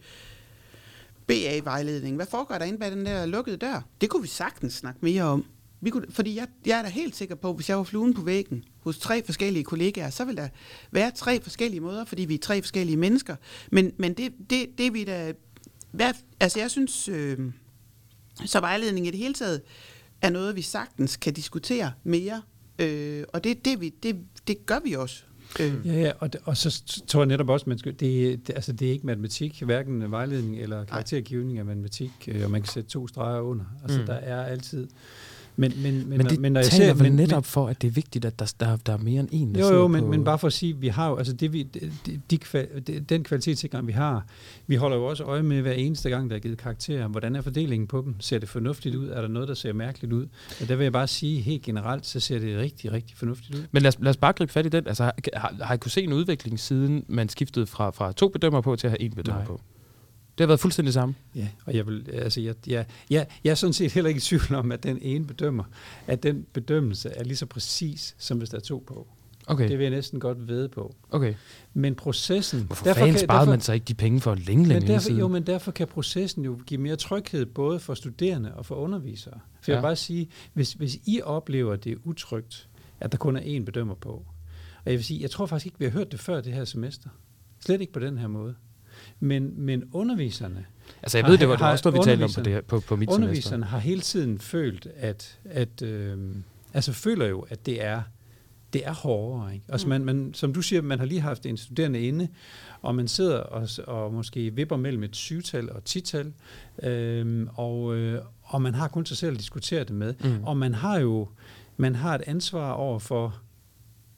B A-vejledning. Hvad foregår der inde bag den der lukkede dør? Det kunne vi sagtens snakke mere om. Vi kunne, fordi jeg, jeg er da helt sikker på, hvis jeg var fluen på væggen hos tre forskellige kollegaer, så vil der være tre forskellige måder, fordi vi er tre forskellige mennesker. Men, men det, det, det vi da... Hvad, altså jeg synes, øh, så vejledning i det hele taget er noget, vi sagtens kan diskutere mere. Øh, og det, det, vi, det, det gør vi også. Øh. Ja, ja, og, og så tror jeg netop også, man skal, det, det, altså det er ikke matematik, hverken vejledning eller karaktergivning af matematik, og man kan sætte to streger under. Altså mm. der er altid... Men, men, men, men det men, når jeg taler ser, vel men, netop men, for, at det er vigtigt, at der, der, der er mere end en, der jo, jo, men, på... men bare for at sige, vi har jo, altså det, vi, de, de, de, den kvalitetssikring, vi har, vi holder jo også øje med hver eneste gang, der er givet karakterer. Hvordan er fordelingen på dem? Ser det fornuftigt ud? Er der noget, der ser mærkeligt ud? Og der vil jeg bare sige, helt generelt, så ser det rigtig, rigtig fornuftigt ud. Men lad os, lad os bare gribe fat i den. Altså, har, har I kunne se en udvikling, siden man skiftede fra, fra to bedømmer på til at have en bedømmer Nej. på? Det har været fuldstændig samme. Ja, og jeg vil, altså, jeg, jeg, jeg, jeg er sådan set heller ikke i tvivl om, at den ene bedømmer, at den bedømmelse er lige så præcis, som hvis der er to på. Okay. Det vil jeg næsten godt væde på. Okay. Men processen... Hvorfor derfor fanden kan, sparede derfor, man så ikke de penge for længe, længe men derfor, siden? Jo, men derfor kan processen jo give mere tryghed, både for studerende og for undervisere. For ja. jeg vil bare sige, hvis, hvis I oplever, at det er utrygt, at der kun er én bedømmer på, og jeg vil sige, jeg tror faktisk ikke, vi har hørt det før det her semester. Slet ikke på den her måde. Men, men underviserne... Altså jeg ved, det var det også, vi talte om på, det her, på, på mit underviserne semester. har hele tiden følt, at... at øh, altså føler jo, at det er, det er hårdere. Ikke? Altså man, man, som du siger, man har lige haft en studerende inde, og man sidder og, og måske vipper mellem et syvtal og et tital, øh, og, øh, og man har kun sig selv at diskutere det med. Mm. Og man har jo man har et ansvar over for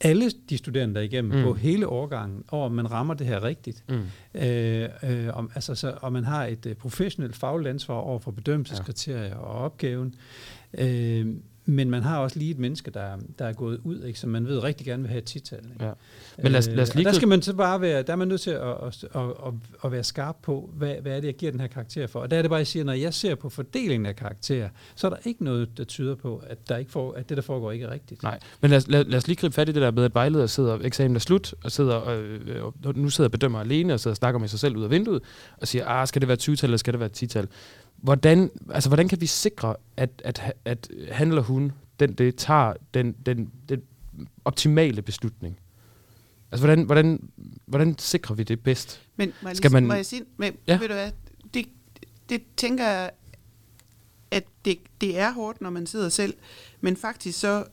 alle de studerende der igennem Mm. på hele årgangen, og om man rammer det her rigtigt. Mm. Øh, øh, om, altså, så, og man har et uh, professionelt fagligt ansvar over for bedømmelseskriterier ja. og opgaven. Øh, men man har også lige et menneske, der, der er gået ud, ikke, som man ved rigtig gerne vil have et tital. Ja. Men lad os, lad os lige der skal man så bare være, der er man nødt til at, at, at, at, at være skarp på, hvad, hvad er det, jeg giver den her karakter for. Og der er det bare, jeg siger, når jeg ser på fordelingen af karakterer, så er der ikke noget, der tyder på, at, der ikke for, at det, der foregår, ikke er rigtigt. Nej, men lad os, lad, lad os lige gribe fat i det der med, at vejleder sidder, eksamen er slut, og, sidder, øh, og nu sidder bedømmer alene, og sidder og snakker med sig selv ud af vinduet, og siger, ah, skal det være tyve-tal, eller skal det være ti-tal? Hvordan, altså, hvordan kan vi sikre, at, at, at han eller hun, den, det tager den, den, den optimale beslutning? Altså, hvordan, hvordan, hvordan sikrer vi det bedst? Men må jeg, Skal lige, man- må jeg sige, men, Ja. ved du hvad, det, det tænker jeg, at det, det er hårdt, når man sidder selv, men faktisk så,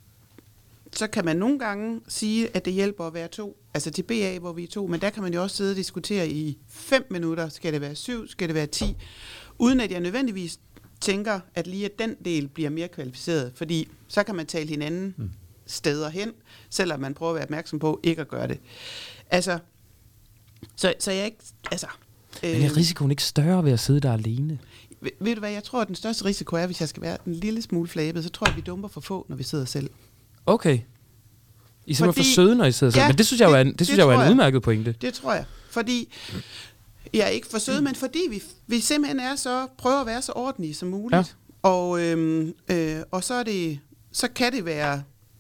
så kan man nogle gange sige, at det hjælper at være to. Altså til B A, hvor vi er to, men der kan man jo også sidde og diskutere i fem minutter. Skal det være syv? Skal det være ti? Uden at jeg nødvendigvis tænker, at lige at den del bliver mere kvalificeret, fordi så kan man tale hinanden mm. steder hen, selvom man prøver at være opmærksom på ikke at gøre det. Altså, så, så jeg ikke, altså... Men er risikoen ikke større ved at sidde der alene? Ved, ved du hvad, jeg tror, at den største risiko er, hvis jeg skal være en lille smule flabet, så tror jeg, at vi dumper for få, når vi sidder selv. Okay. I er simpelthen Fordi- for søde, når I sidder selv. Ja, Men det synes jeg jo er en, det, det synes jeg jo er tror en jeg. udmærket pointe. Det tror jeg. Fordi, jeg er ikke for søde, men fordi vi, vi simpelthen er så, prøver at være så ordentlige som muligt. Ja. Og, øhm, øh, og så, er det, så kan det være,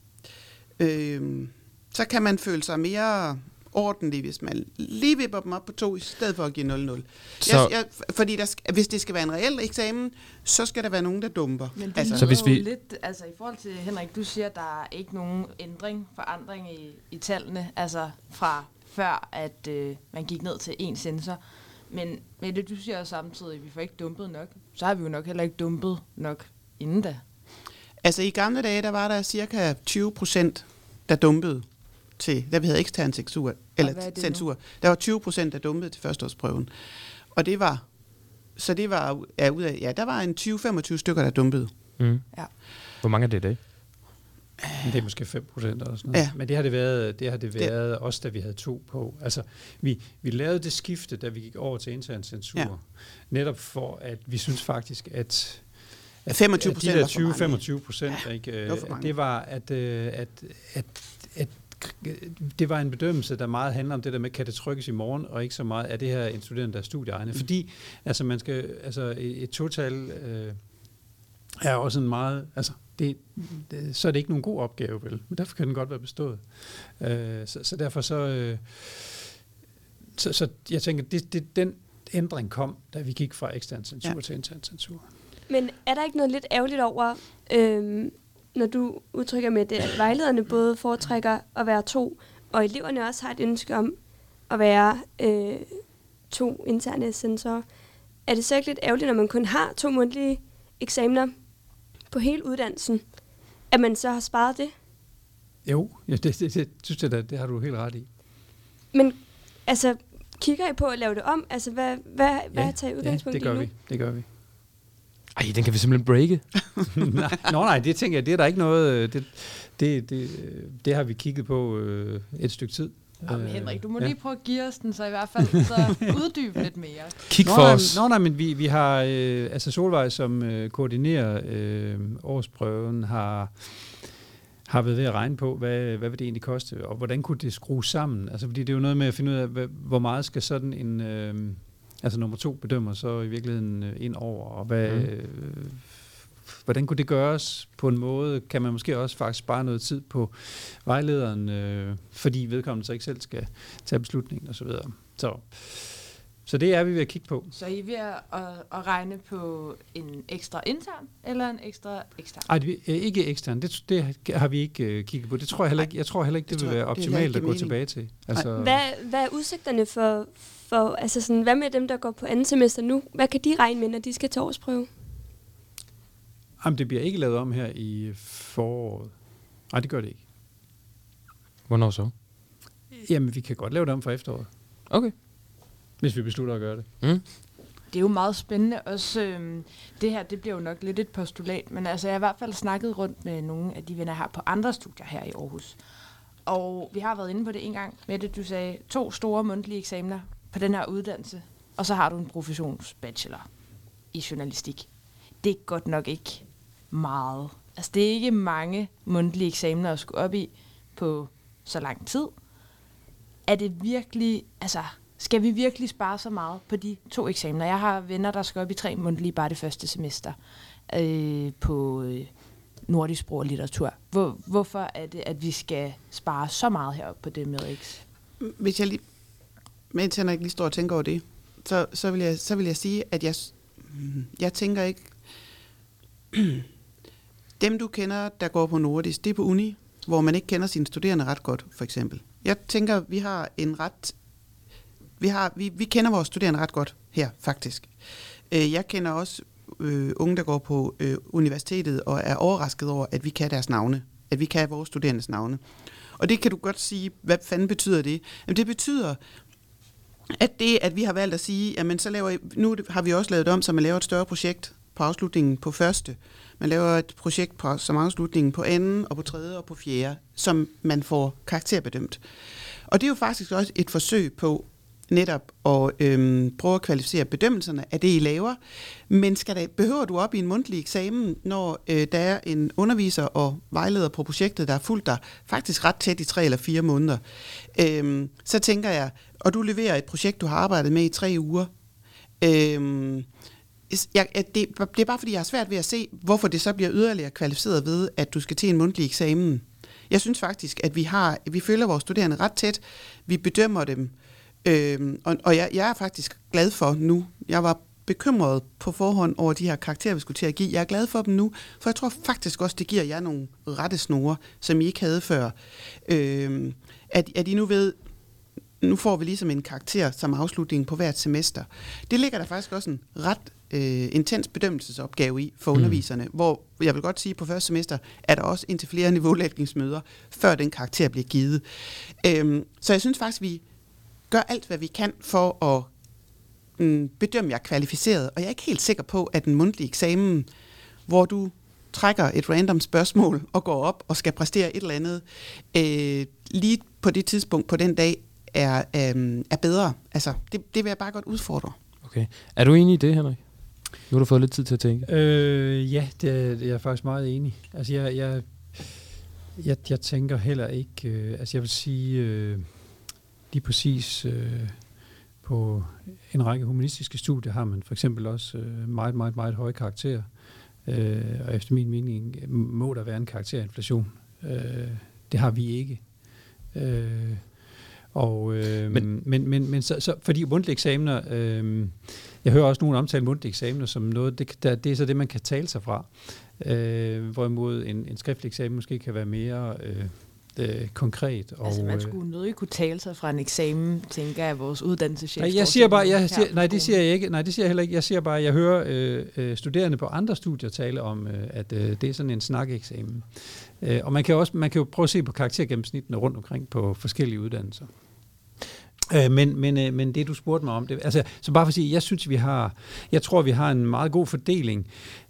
øhm, så kan man føle sig mere ordentlig, hvis man lige vipper dem op på to, i stedet for at give nul nul. Så- Jeg, jeg, fordi der, skal- hvis det skal være en reel eksamen, så skal der være nogen, der dumper. Men det Altså, altså, Så hvis så vi- jo lidt, altså i forhold til Henrik, du siger, at der er ikke nogen ændring, forandring i, i tallene, altså fra før, at øh, man gik ned til én sensor. Men, men det du siger jo samtidig, at vi får ikke dumpet nok. Så har vi jo nok heller ikke dumpet nok inden da. Altså i gamle dage, der var der cirka tyve procent, der dumpede til, der vi havde ekstern censur, eller hvad er det censur. Der var tyve procent, der dumpede til førsteårsprøven. Og det var, så det var, ja, ud af, ja, der var en tyve til femogtyve stykker, der dumpede. Mm. Ja. Hvor mange er det i dag? Men det er måske fem procent eller sådan noget. Ja. Men det har det været, det har det været det. Også, da vi havde to på. Altså, vi, vi lavede det skifte, da vi gik over til intern censur. Ja. Netop for, at vi synes faktisk, at at, femogtyve at de procent der var for tyve til mange. femogtyve procent, Ja, ikke, det var for øh, mange. det var, at, øh, at, at, at det var en bedømmelse, der meget handler om det der med, kan det trykkes i morgen, og ikke så meget af det her en studerende, der er studieegne. Mm. Fordi altså, man skal, altså, et, et total øh, er også en meget, altså, det, det, så er det ikke nogen god opgave, vel? Men derfor kan den godt være bestået. Øh, så, så derfor så, øh, så, så jeg tænker, det, det, den ændring kom, da vi gik fra ekstern censur ja. til intern censur. Men er der ikke noget lidt ærgerligt over, øhm, når du udtrykker med det, at vejlederne både foretrækker at være to, og eleverne også har et ønske om at være øh, to interne sensorer? Er det så ikke lidt ærgerligt, når man kun har to mundtlige eksamener på hele uddannelsen, at man så har sparet det? Jo, ja, det, det, det synes jeg da, det har du helt ret i. Men altså, kigger I på at lave det om? Altså, hvad, hvad, Ja, hvad tager I udgangspunkt ja, det gør i nu? vi. Det gør vi. Ej, den kan vi simpelthen breake. nej, nå, nej, det tænker jeg, det er der ikke noget, det, det, det, det har vi kigget på øh, et stykke tid. Jamen, Henrik, du må ja. lige prøve at give os den, så i hvert fald så uddybe lidt mere. Kig Nå, for nej, os. Nå nej, men vi, vi har, øh, altså Solvej, som øh, koordinerer øh, årsprøven, har, har været ved at regne på, hvad, hvad vil det egentlig koste, og hvordan kunne det skrues sammen? Altså, fordi det er jo noget med at finde ud af, hvad, hvor meget skal sådan en, øh, altså nummer to bedømmer så i virkeligheden øh, ind over, og hvad, Mm. øh, hvordan kunne det gøres på en måde? Kan man måske også faktisk spare noget tid på vejlederen, øh, fordi vedkommende så ikke selv skal tage beslutningen osv. Så, så, så det er vi ved at kigge på. Så I er ved at, at, at regne på en ekstra intern, eller en ekstra ekstern? Ej, det er ikke ekstern. Det, det har vi ikke uh, kigget på. Det tror jeg heller ikke. Jeg tror heller ikke, det, Det vil tror være jeg- det er heller optimalt ikke at gå meningen. tilbage til. Altså, Hvad, hvad er udsigterne for, for altså sådan, hvad med dem, der går på anden semester nu? Hvad kan de regne med, når de skal til årsprøve? jamen, det bliver ikke lavet om her i foråret. Nej, det gør det ikke. Hvornår så? Jamen, vi kan godt lave det om for efteråret, Okay. hvis vi beslutter at gøre det. Mm. Det er jo meget spændende. Også, øhm, det her, det bliver jo nok lidt et postulat, men altså, jeg har i hvert fald snakket rundt med nogle af de venner her på andre studier her i Aarhus. Og vi har været inde på det en gang, Mette, du sagde to store mundtlige eksamener på den her uddannelse, og så har du en professionsbachelor i journalistik. Det er godt nok ikke meget. Altså, det er ikke mange mundtlige eksamener at skulle op i på så lang tid. Er det virkelig, altså, skal vi virkelig spare så meget på de to eksamener? Jeg har venner, der skal op i tre mundtlige bare det første semester øh, på øh, nordisk sprog og litteratur. Hvor, hvorfor er det, at vi skal spare så meget heroppe på det med X? Hvis jeg lige, mens jeg ikke lige står og tænker over det, så, så, vil, jeg, så vil jeg sige, at jeg, jeg tænker ikke, dem du kender, der går på nordisk, det er på uni, hvor man ikke kender sine studerende ret godt, for eksempel. Jeg tænker, vi har en ret, vi, har, vi, vi kender vores studerende ret godt her, faktisk. Jeg kender også øh, unge, der går på øh, universitetet og er overrasket over, at vi kan deres navne, at vi kan vores studerendes navne. Og det kan du godt sige, hvad fanden betyder det? Jamen det betyder, at det, at vi har valgt at sige, jamen så laver, nu har vi også lavet det om, så man laver et større projekt på afslutningen på første. Man laver et projekt på, som afslutningen på anden, og på tredje og på fjerde, som man får karakterbedømt. Og det er jo faktisk også et forsøg på netop at øhm, prøve at kvalificere bedømmelserne af det, I laver. Men skal der, behøver du op i en mundtlig eksamen, når øh, der er en underviser og vejleder på projektet, der har fulgt dig faktisk ret tæt i tre eller fire måneder, øhm, så tænker jeg, og du leverer et projekt, du har arbejdet med i tre uger, øhm, Jeg, det, det er bare fordi, jeg har svært ved at se, hvorfor det så bliver yderligere kvalificeret ved, at du skal til en mundtlig eksamen. Jeg synes faktisk, at vi har, vi følger vores studerende ret tæt. Vi bedømmer dem. Øhm, og og jeg, jeg er faktisk glad for nu. Jeg var bekymret på forhånd over de her karakterer, vi skulle til at give. Jeg er glad for dem nu, for jeg tror faktisk også, det giver jer nogle rettesnore, som I ikke havde før. Øhm, at, at I nu ved, nu får vi ligesom en karakter som afslutning på hvert semester. Det ligger der faktisk også en ret øh, intens bedømmelsesopgave i for underviserne, mm. hvor jeg vil godt sige, at på første semester er der også indtil flere niveaulægningsmøder, før den karakter bliver givet. Øhm, så jeg synes faktisk, vi gør alt, hvad vi kan for at mm, bedømme jer kvalificeret, og jeg er ikke helt sikker på, at en mundtlig eksamen, hvor du trækker et random spørgsmål og går op og skal præstere et eller andet, øh, lige på det tidspunkt på den dag, er, øh, er bedre. Altså, det, det vil jeg bare godt udfordre. Okay. Er du enig i det, Henrik? Nu har du fået lidt tid til at tænke. Øh, ja, det er, det er jeg faktisk meget enig. Altså, jeg, jeg, jeg, jeg tænker heller ikke... Øh, altså, jeg vil sige... Øh, lige præcis øh, på en række humanistiske studier har man for eksempel også øh, meget, meget, meget høje karakterer. Øh, og efter min mening må der være en karakterinflation. Øh, det har vi ikke. Øh, og, øh, men, men, men, men så, så, fordi mundtlige eksamener, øh, jeg hører også nogen omtale mundtlige eksamener som noget, det, der, det er så det, man kan tale sig fra. Øh, hvorimod en, en skriftlig eksamen måske kan være mere... Øh, Øh, konkret. Og, altså man skulle nødt ikke kunne tale sig fra en eksamen, tænker jeg, vores uddannelseschef. Nej, jeg siger bare, jeg siger, nej, det siger jeg ikke. Nej, det siger jeg heller ikke. Jeg siger bare, jeg hører øh, øh, studerende på andre studier tale om, øh, at øh, det er sådan en snakeksamen. Øh, og man kan også, man kan jo prøve at se på karaktergennemsnittene rundt omkring på forskellige uddannelser. Øh, men, men, øh, men det du spurgte mig om, det, altså, så bare for at sige, jeg synes vi har, jeg tror vi har en meget god fordeling.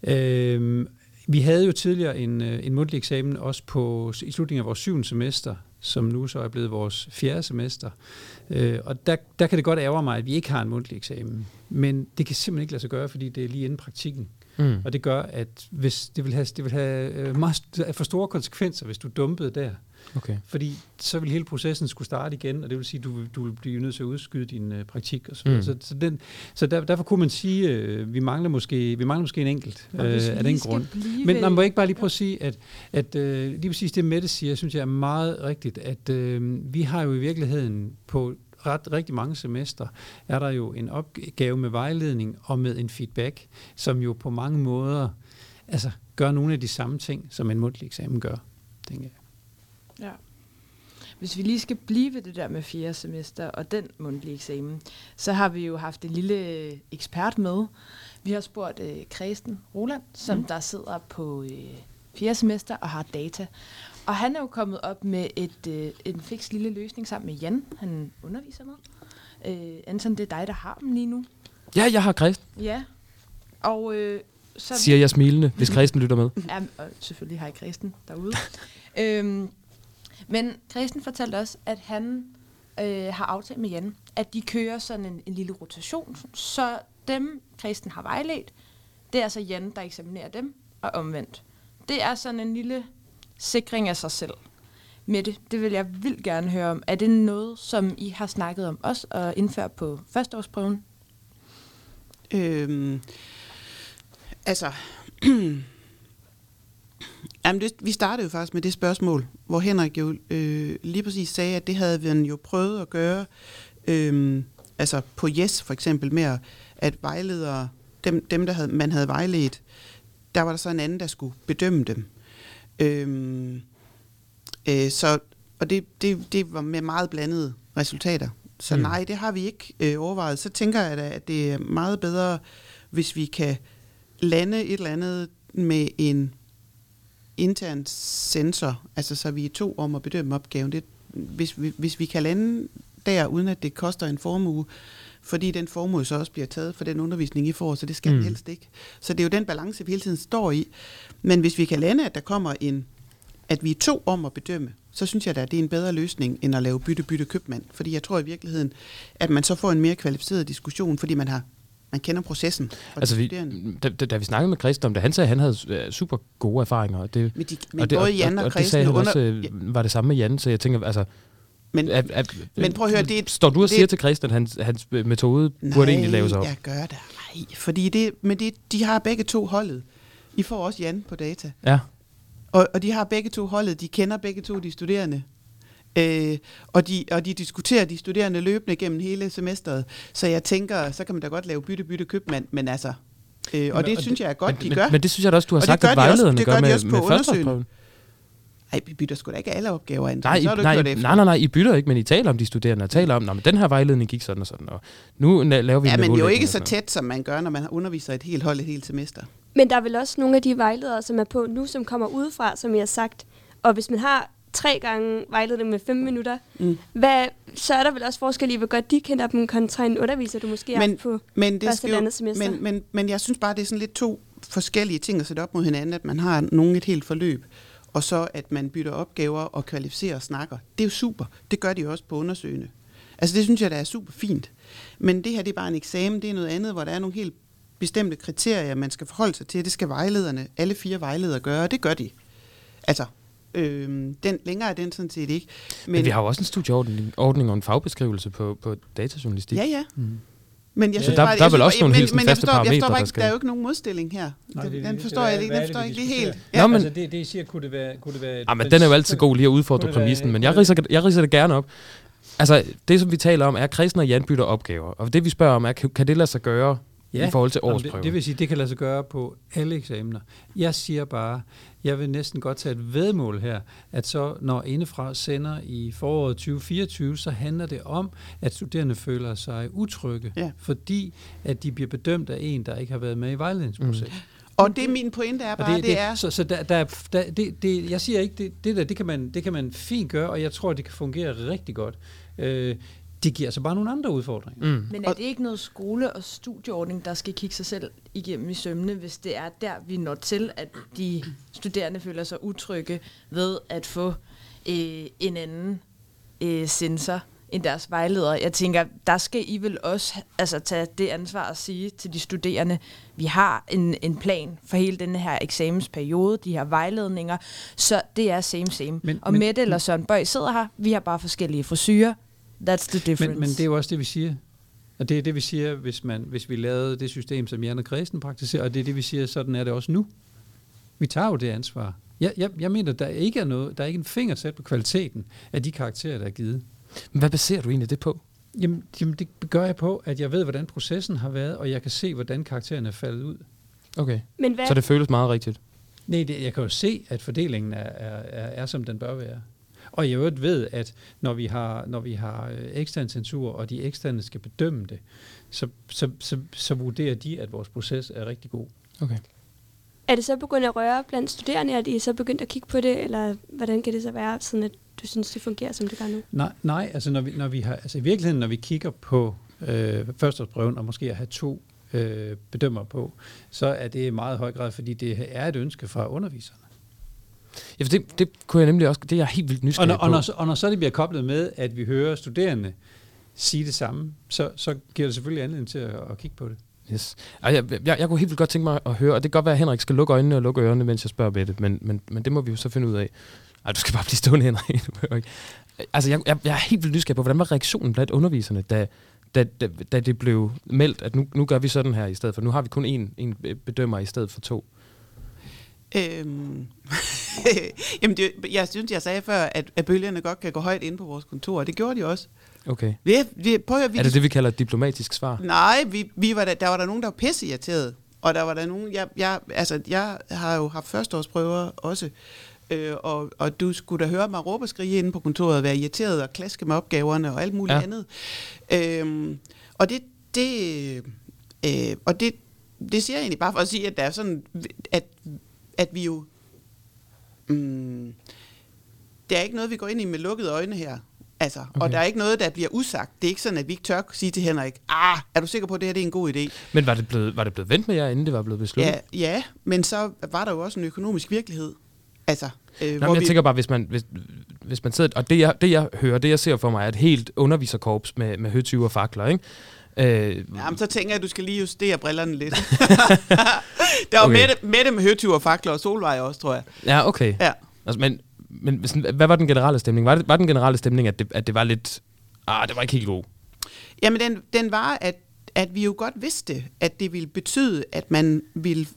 Øh, Vi havde jo tidligere en, en mundtlig eksamen også på, i slutningen af vores syvende semester, som nu så er blevet vores fjerde semester. Øh, og der, der kan det godt ærge mig, at vi ikke har en mundtlig eksamen. Men det kan simpelthen ikke lade sig gøre, fordi det er lige inden praktikken. Mm. Og det gør, at hvis det vil have, det vil have meget for store konsekvenser, hvis du dumpede der. Okay. Fordi så vil hele processen skulle starte igen, og det vil sige, at du, du vil blive nødt til at udskyde din uh, praktik. Og så mm. så, så, den, så der, derfor kunne man sige, at uh, vi mangler måske, vi mangler måske en enkelt uh, af den grund. Men man må ikke bare lige prøve at sige, at, at uh, lige præcis det Mette siger, synes jeg er meget rigtigt, at uh, vi har jo i virkeligheden på ret rigtig mange semester, er der jo en opgave med vejledning og med en feedback, som jo på mange måder altså, gør nogle af de samme ting, som en mundtlig eksamen gør, tænker jeg. Ja. Hvis vi lige skal blive ved det der med fjerde semester og den mundtlige eksamen, så har vi jo haft en lille ekspert med. Vi har spurgt øh, Kristen Roland, som mm. der sidder på øh, fjerde semester og har data. Og han er jo kommet op med et, øh, en fiks lille løsning sammen med Jan, han underviser med. Øh, Anton, det er dig, der har dem lige nu. Ja, jeg har Kristen. Ja, og... Øh, så siger jeg smilende, hvis Kristen lytter med. Ja, og selvfølgelig har jeg Kristen derude. øhm, Men Kristen fortalte også, at han øh, har aftalt med Jan, at de kører sådan en, en lille rotation, så dem, Kristen har vejledt, det er så Jan, der eksaminerer dem, og omvendt. Det er sådan en lille sikring af sig selv. Mette, det vil jeg vildt gerne høre om. Er det noget, som I har snakket om også og indføre på førsteårsprøven? Øhm, altså, jamen det, vi startede jo faktisk med det spørgsmål, hvor Henrik jo øh, lige præcis sagde, at det havde vi jo prøvet at gøre, øh, altså på Yes for eksempel, med at vejledere, dem, dem der havde, man havde vejledt, der var der så en anden, der skulle bedømme dem. Øh, øh, så, og det, det, det var med meget blandede resultater. Så mm. nej, det har vi ikke øh, overvejet. Så tænker jeg da, at det er meget bedre, hvis vi kan lande et eller andet med en intern sensor, altså så vi er to om at bedømme opgaven. Det, hvis, vi, hvis vi kan lande der, uden at det koster en formue, fordi den formue så også bliver taget for den undervisning, I får, så det skal mm. helst ikke. Så det er jo den balance, vi hele tiden står i. Men hvis vi kan lande, at der kommer en, at vi er to om at bedømme, så synes jeg da, at det er en bedre løsning, end at lave bytte-bytte-købmand. Fordi jeg tror i virkeligheden, at man så får en mere kvalificeret diskussion, fordi man har man kender processen. Altså, vi, da, da vi snakkede med Christen om det, han sagde, at han havde super gode erfaringer. Det, men de, men og det, både Jan og, og, og det sagde han under, også, ja. var det samme med Jan, så jeg tænker, altså... Men, at, at, men prøv at høre, det... Står du og det, siger til Christen, at hans, hans metode nej, burde egentlig laves op? Nej, jeg gør det. Nej, fordi det, men det, de har begge to holdet. I får også Jan på data. Ja. Og, og de har begge to holdet, de kender begge to de studerende. Øh, og, de, og de diskuterer de studerende løbende gennem hele semesteret. Så jeg tænker, så kan man da godt lave bytte-bytte-købmand, men altså... Øh, og det og synes jeg er godt, men, de gør. Men, men det synes jeg da også, du har og sagt, at vejlederne gør, gør med, med førsteårsprøven. Nej, vi bytter sgu da ikke alle opgaver ind. Nej, så er du nej, nej, nej, nej, nej, I bytter ikke, men I taler om de studerende, og taler om, men den her vejledning gik sådan og sådan, og nu laver vi ja, en men jo ikke så tæt, som man gør, når man underviser et helt hold et helt semester. Men der er vel også nogle af de vejledere, som er på nu, som kommer udefra, som jeg har sagt. Og hvis man har tre gange vejledning med fem minutter, mm. hvad, så er der vel også forskel i, hvor godt de kender dem kontra en underviser, du måske men, har på men det første eller andet jo, semester. Men, men, men jeg synes bare, det er sådan lidt to forskellige ting at sætte op mod hinanden, at man har nogen et helt forløb, og så at man bytter opgaver og kvalificerer og snakker. Det er jo super. Det gør de også på undersøgende. Altså det synes jeg, der er super fint. Men det her, det er bare en eksamen, det er noget andet, hvor der er nogle helt bestemte kriterier, man skal forholde sig til. Det skal vejlederne, alle fire vejledere gøre, og det gør de. Altså, øh, den, længere er den sådan set ikke. Men, Men vi har jo også en studieordning ordning og en fagbeskrivelse på, på datajournalistik. Ja, ja. Mm. Men jeg så synes der, bare, der er vel også jeg, nogle helt men, faste jeg forstår, parametre, jeg forstår der ikke, skal... der er jo ikke nogen modstilling her. Nej, det, den det, forstår det, jeg ikke, den forstår jeg ikke lige helt. Ja, ja, men altså det, det I siger, kunne det være... Kunne det være ja, men den er jo altid god lige at udfordre præmissen, men jeg ridser, jeg ridser det gerne op. Altså, det som vi taler om, er, at Kristen og Jan bytter opgaver. Og det vi spørger om, er, kan det lade sig gøre ja, i forhold til årsprøven? Det, det vil sige, det kan lade sig gøre på alle eksamener. Jeg siger bare, jeg vil næsten godt tage et vedmål her, at så når indefra sender i foråret tyve fireogtyve, så handler det om, at studerende føler sig utrygge, ja. fordi at de bliver bedømt af en, der ikke har været med i vejledningsprocessen. Mm. Og det min pointe er bare, det, det, det er... Så, så der, der, der, det, det, jeg siger ikke, det, det der, det kan, man, det kan man fint gøre, og jeg tror, det kan fungere rigtig godt. Øh, det giver altså bare nogle andre udfordringer. Mm. Men er det ikke noget skole- og studieordning, der skal kigge sig selv igennem i sømne, hvis det er der, vi når til, at de studerende føler sig utrygge ved at få øh, en anden øh, sensor end deres vejledere? Jeg tænker, der skal I vel også altså, tage det ansvar at sige til de studerende, vi har en, en plan for hele denne her eksamensperiode, de her vejledninger, så det er same same. Men, og men, Mette eller Søren Bøj sidder her, vi har bare forskellige frisyrer. That's the difference. Men, men det er jo også det, vi siger. Og det er det, vi siger, hvis, man, hvis vi lavede det system, som Jan og Kristen praktiserer, og det er det, vi siger, sådan er det også nu. Vi tager jo det ansvar. Jeg, jeg, jeg mener, der ikke er noget, der er ikke en fingersæt på kvaliteten af de karakterer, der er givet. Men hvad baserer du egentlig det på? Jamen, jamen, det gør jeg på, at jeg ved, hvordan processen har været, og jeg kan se, hvordan karaktererne er faldet ud. Okay, Men hvad? Så det føles meget rigtigt? Nej, det, jeg kan jo se, at fordelingen er, er, er, er som den bør være. Og jeg øvrigt ved, at når vi har, når vi har ekstern censur, og de eksterne skal bedømme det, så, så, så, så vurderer de, at vores proces er rigtig god. Okay. Er det så begyndt at røre blandt studerende, at I så begyndt at kigge på det, eller hvordan kan det så være, sådan at du synes, det fungerer, som det gør nu? Nej, nej altså, når vi, når vi har, altså i virkeligheden, når vi kigger på øh, førsteårsprøven, og måske at have to øh, bedømmer på, så er det i meget høj grad, fordi det er et ønske fra underviserne. Ja, for det, det kunne jeg nemlig også, det er jeg helt vildt Og nysgerrig når, på. og, når, og når så det bliver koblet med, at vi hører studerende sige det samme, så, så giver det selvfølgelig anledning til at, at kigge på det. Yes. Ej, jeg, jeg, jeg kunne helt vildt godt tænke mig at høre, og det kan godt være, at Henrik skal lukke øjnene og lukke ørerne, mens jeg spørger med det, men, men, men det må vi jo så finde ud af. Ej, du skal bare blive stående, Henrik. Altså, jeg, jeg, jeg er helt vildt nysgerrig på, hvordan var reaktionen blandt underviserne, da, da, da, da det blev meldt, at nu, nu gør vi sådan her i stedet for. Nu har vi kun én, én bedømmer i stedet for to. Øhm. Jamen, det, jeg synes, jeg sagde før, at, at bølgerne godt kan gå højt ind på vores kontor, og det gjorde de også. Okay. Vi, vi, prøv at, vi, Er det det, vi kalder et diplomatisk svar? Nej, vi, vi var der, der var der nogen, der var pisseirriteret. Og der var der nogen, jeg, jeg, altså, jeg har jo haft førsteårsprøver også, øh, og, og du skulle da høre mig råbe og skrige inde på kontoret, være irriteret og klaske med opgaverne og alt muligt ja. andet. Øhm, og det, det, øh, og det, det siger jeg egentlig bare for at sige, at der er sådan, at, at vi jo, mm, det er ikke noget, vi går ind i med lukkede øjne her. Altså, okay. Og der er ikke noget, der bliver usagt. Det er ikke sådan, at vi ikke tør sige til Henrik, ah, er du sikker på, at det her det er en god idé? Men var det blevet, var det blevet vendt med jer, inden det var blevet besluttet? Ja, ja, men så var der jo også en økonomisk virkelighed. Altså, øh, Nå, hvor men jeg vi... tænker bare, hvis man, hvis, hvis man sidder... Og det jeg, det, jeg hører, det jeg ser for mig, er et helt underviserkorps med, med høtyve og fakler, ikke? Øh, Jamen, så tænker jeg, at du skal lige justere brillerne lidt. Der var okay. Mette, Mette med høtyve og fakler, og Solvej også, tror jeg. Ja, okay. Ja. Altså, men... Men hvad var den generelle stemning? Var det, var den generelle stemning, at det, at det var lidt... Ah, det var ikke helt god? Jamen, den, den var, at, at vi jo godt vidste, at det ville betyde, at man ville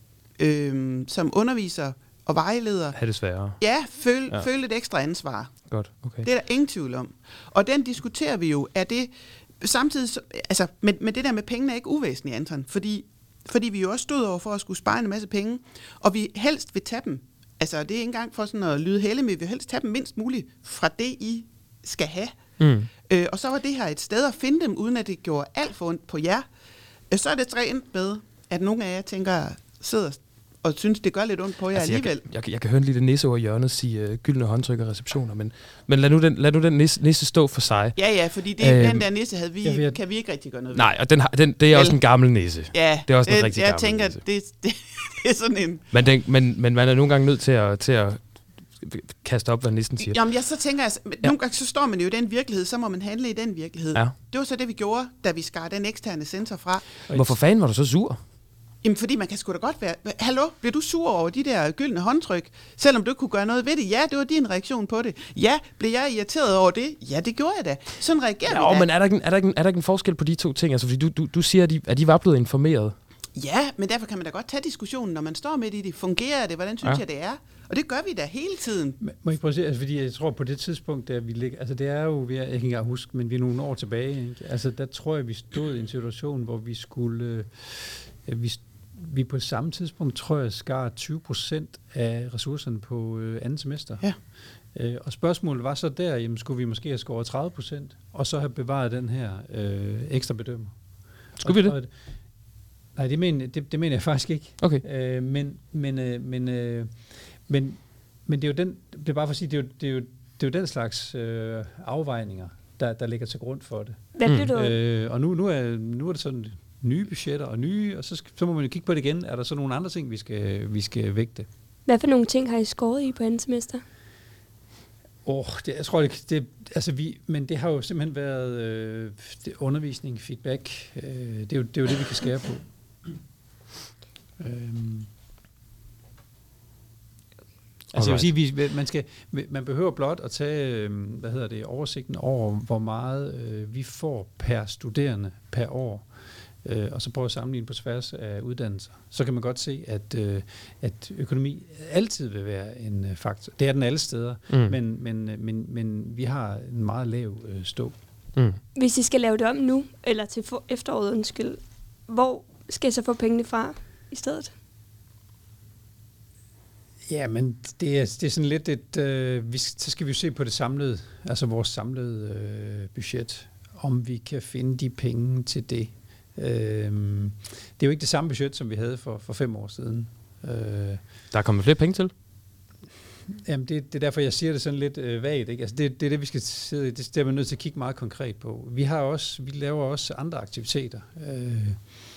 øh, som underviser og vejleder... Have det sværere. Ja, føle, ja. føle et ekstra ansvar. Godt, okay. Det er der ingen tvivl om. Og den diskuterer vi jo, er det... Samtidig, altså, men, men det der med pengene er ikke uvæsentligt, Anton, fordi, fordi vi jo også stod over for at skulle spare en masse penge, og vi helst vil tage dem. Altså, det er ikke engang for sådan at lyde heldig, men vi vil helst tage dem mindst muligt fra det, I skal have. Mm. Øh, og så var det her et sted at finde dem, uden at det gjorde alt for ondt på jer. Øh, så er det rent med, at nogle af jer tænker, sidder og synes, det gør lidt ondt på jer altså, alligevel. Jeg, jeg, jeg kan høre en lille nisse over hjørnet sige uh, gyldne håndtryk og receptioner, men, men lad, nu den, lad nu den nisse, nisse stå for sig. Ja, ja, fordi det, øhm, den der nisse havde vi, jeg, kan vi ikke rigtig gøre noget ved. Nej, og den, har, den, det er Vel, også en gammel nisse. Ja, det er også en det, rigtig jeg gammel tænker, nisse. Det, det, det er sådan en... Men, den, men, men man er nogle gange nødt til at, til at kaste op, hvad nissen siger. Jamen, jeg så tænker, jeg, ja. nogle gange så står man jo i den virkelighed, så må man handle i den virkelighed. Ja. Det var så det, vi gjorde, da vi skar den eksterne sensor fra. Hvorfor fanden var du så sur? Jamen, fordi man kan sgu da godt være... Hallo, bliver du sur over de der gyldne håndtryk, selvom du ikke kunne gøre noget ved det? Ja, det var din reaktion på det. Ja, blev jeg irriteret over det? Ja, det gjorde jeg da. Sådan reagerer ja, vi da. Men er der, ikke, er, der ikke, er der ikke en forskel på de to ting? Altså, fordi du, du, du siger, at de, at de var blevet informeret. Ja, men derfor kan man da godt tage diskussionen, når man står midt i det. Fungerer det? Hvordan synes ja. jeg, det er? Og det gør vi da hele tiden. Må jeg ikke prøve at se, altså, fordi jeg tror på det tidspunkt, der vi ligger, altså det er jo, jeg kan ikke engang huske, men vi er nogle år tilbage, ikke? Altså der tror jeg, vi stod i en situation, hvor vi skulle, øh, vi, vi på samme tidspunkt, tror jeg, skar tyve procent af ressourcerne på øh, andet semester. Ja. Øh, og spørgsmålet var så der, jamen skulle vi måske have skåret tredive procent, og så have bevaret den her øh, ekstra bedømmer. Skulle vi det? Og, nej, det mener, det, det mener jeg faktisk ikke. Okay. Øh, men, men, øh, men, øh, men, men det er jo den, det er bare for at sige, det er jo, det er jo, det er jo den slags øh, afvejninger, der, der ligger til grund for det. Hvad blev du? Øh, og nu, nu, er, nu er det sådan nye budgetter og nye, og så, skal, så må man jo kigge på det igen. Er der så nogle andre ting, vi skal, vi skal vægte? Hvad for nogle ting har I skåret i på andet semester? Åh, oh, det, jeg tror, det, det, altså vi, men det har jo simpelthen været øh, det, undervisning, feedback. Øh, det, er jo, det er jo det, vi kan skære på. Øhm. Altså jeg vil sige, vi, man, skal, man behøver blot at tage hvad hedder det, oversigten over, hvor meget øh, vi får per studerende per år, øh, og så prøve at sammenligne på tværs af uddannelser. Så kan man godt se, at, øh, at økonomi altid vil være en øh, faktor. Det er den alle steder, mm. men, men, men, men vi har en meget lav øh, stå. Mm. Hvis I skal lave det om nu, eller til efteråret, undskyld, hvor skal I så få pengene fra i stedet? Ja, men det er, det er sådan lidt et... Øh, vi, så skal vi jo se på det samlede, altså vores samlede øh, budget, om vi kan finde de penge til det. Øh, det er jo ikke det samme budget, som vi havde for, for fem år siden. Øh, Der er kommet flere penge til? Jamen, det, det er derfor, jeg siger det sådan lidt øh, vagt. Ikke? Altså, det, det er det, vi skal sidde, det, det er vi nødt til at kigge meget konkret på. Vi har også, vi laver også andre aktiviteter. Øh,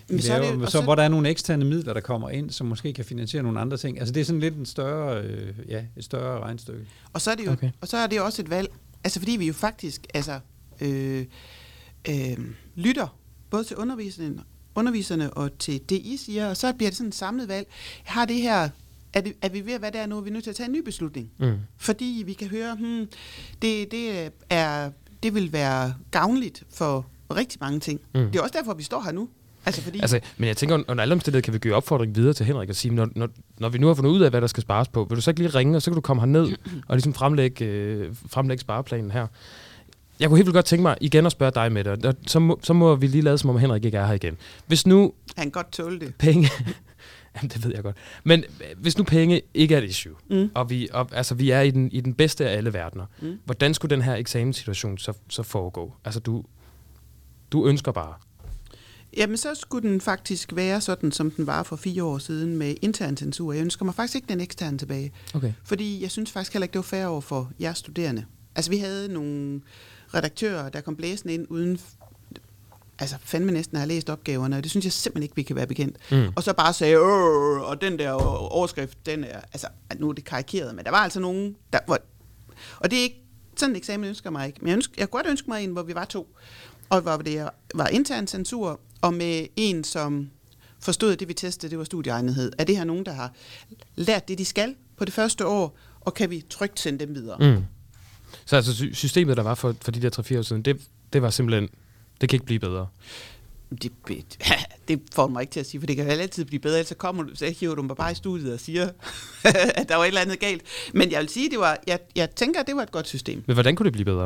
Men så laver, er det, så, så hvor der er nogle eksterne midler, der kommer ind, som måske kan finansiere nogle andre ting. Altså det er sådan lidt en større, øh, ja, et større regnstykke. Og så er det jo, okay. og så er det jo også et valg. Altså fordi vi jo faktisk altså, øh, øh, lytter både til undervisningen, underviserne og til det, I siger, og så bliver det sådan et samlet valg. Har det her, er, det, er vi ved at være der nu, er vi nødt til at tage en ny beslutning? Mm. Fordi vi kan høre, hmm, det, det, er, det vil være gavnligt for rigtig mange ting. Mm. Det er også derfor, vi står her nu. Altså, fordi altså, men jeg tænker, under alle omstændigheder kan vi give opfordring videre til Henrik og sige, når, når, når vi nu har fundet ud af, hvad der skal spares på, vil du så ikke lige ringe, og så kan du komme herned og ligesom fremlægge, øh, fremlægge spareplanen her. Jeg kunne helt vildt godt tænke mig igen at spørge dig med det, og så må, så må vi lige lade som om Henrik ikke er her igen. Hvis nu... Han kan godt tåle det. Penge... Jamen, det ved jeg godt. Men hvis nu penge ikke er et issue, mm. og, vi, og altså, vi er i den, i den bedste af alle verdener, mm. hvordan skulle den her eksamenssituation så, så foregå? Altså, du, du ønsker bare... Jamen, så skulle den faktisk være sådan, som den var for fire år siden med intern censur. Jeg ønsker mig faktisk ikke den eksterne tilbage. Okay. Fordi jeg synes faktisk heller ikke, det var fair over for jeres studerende. Altså, vi havde nogle redaktører, der kom blæsende ind uden... Altså, fandme næsten har læst opgaverne, og det synes jeg simpelthen ikke, vi kan være bekendt. Mm. Og så bare sagde, åh, og den der overskrift, den er... Altså, nu er det karikeret, men der var altså nogen, der... Hvor, og det er ikke... Sådan en eksamen ønsker mig ikke. Men jeg, ønsker, jeg kunne godt ønske mig en, hvor vi var to. Og hvor det var intern censur, og med en, som forstod, at det vi testede, det var studieegnethed. Er det her nogen, der har lært det, de skal på det første år, og kan vi trygt sende dem videre? Mm. Så altså systemet, der var for, for de der tre fire år siden, det, det var simpelthen, det kan ikke blive bedre? Det, det får mig ikke til at sige, for det kan altid blive bedre, ellers så kommer du, så hiver du mig bare i studiet og siger, at der var et eller andet galt. Men jeg vil sige, det var, jeg, jeg tænker, at det var et godt system. Men hvordan kunne det blive bedre?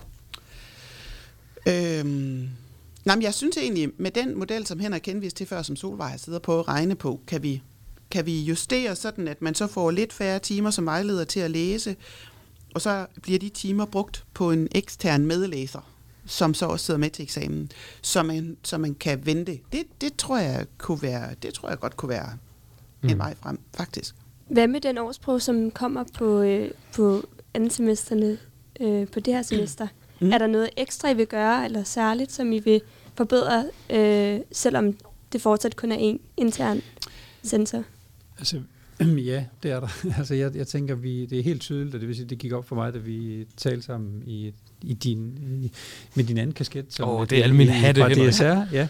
Øhm... Nej, men jeg synes egentlig, med den model, som Henrik henviste til før, som Solvej sidder på at regne på, kan vi, kan vi justere sådan, at man så får lidt færre timer som vejleder til at læse, og så bliver de timer brugt på en ekstern medlæser, som så også sidder med til eksamen, så man, så man kan vente. Det, det, tror jeg kunne være, det tror jeg godt kunne være mm. en vej frem, faktisk. Hvad med den årsprøve, som kommer på, øh, på anden semesterne øh, på det her semester? Mm. Er der noget ekstra, I vil gøre, eller særligt, som I vil forbedre, øh, selvom det fortsat kun er en intern censor? Altså, ja, det er der. Altså, jeg, jeg tænker, vi, det er helt tydeligt, og det vil sige, det gik op for mig, da vi talte sammen i, i din, i, med din anden kasket. Åh, oh, det er alle mine hatte. Fra D S R, ja.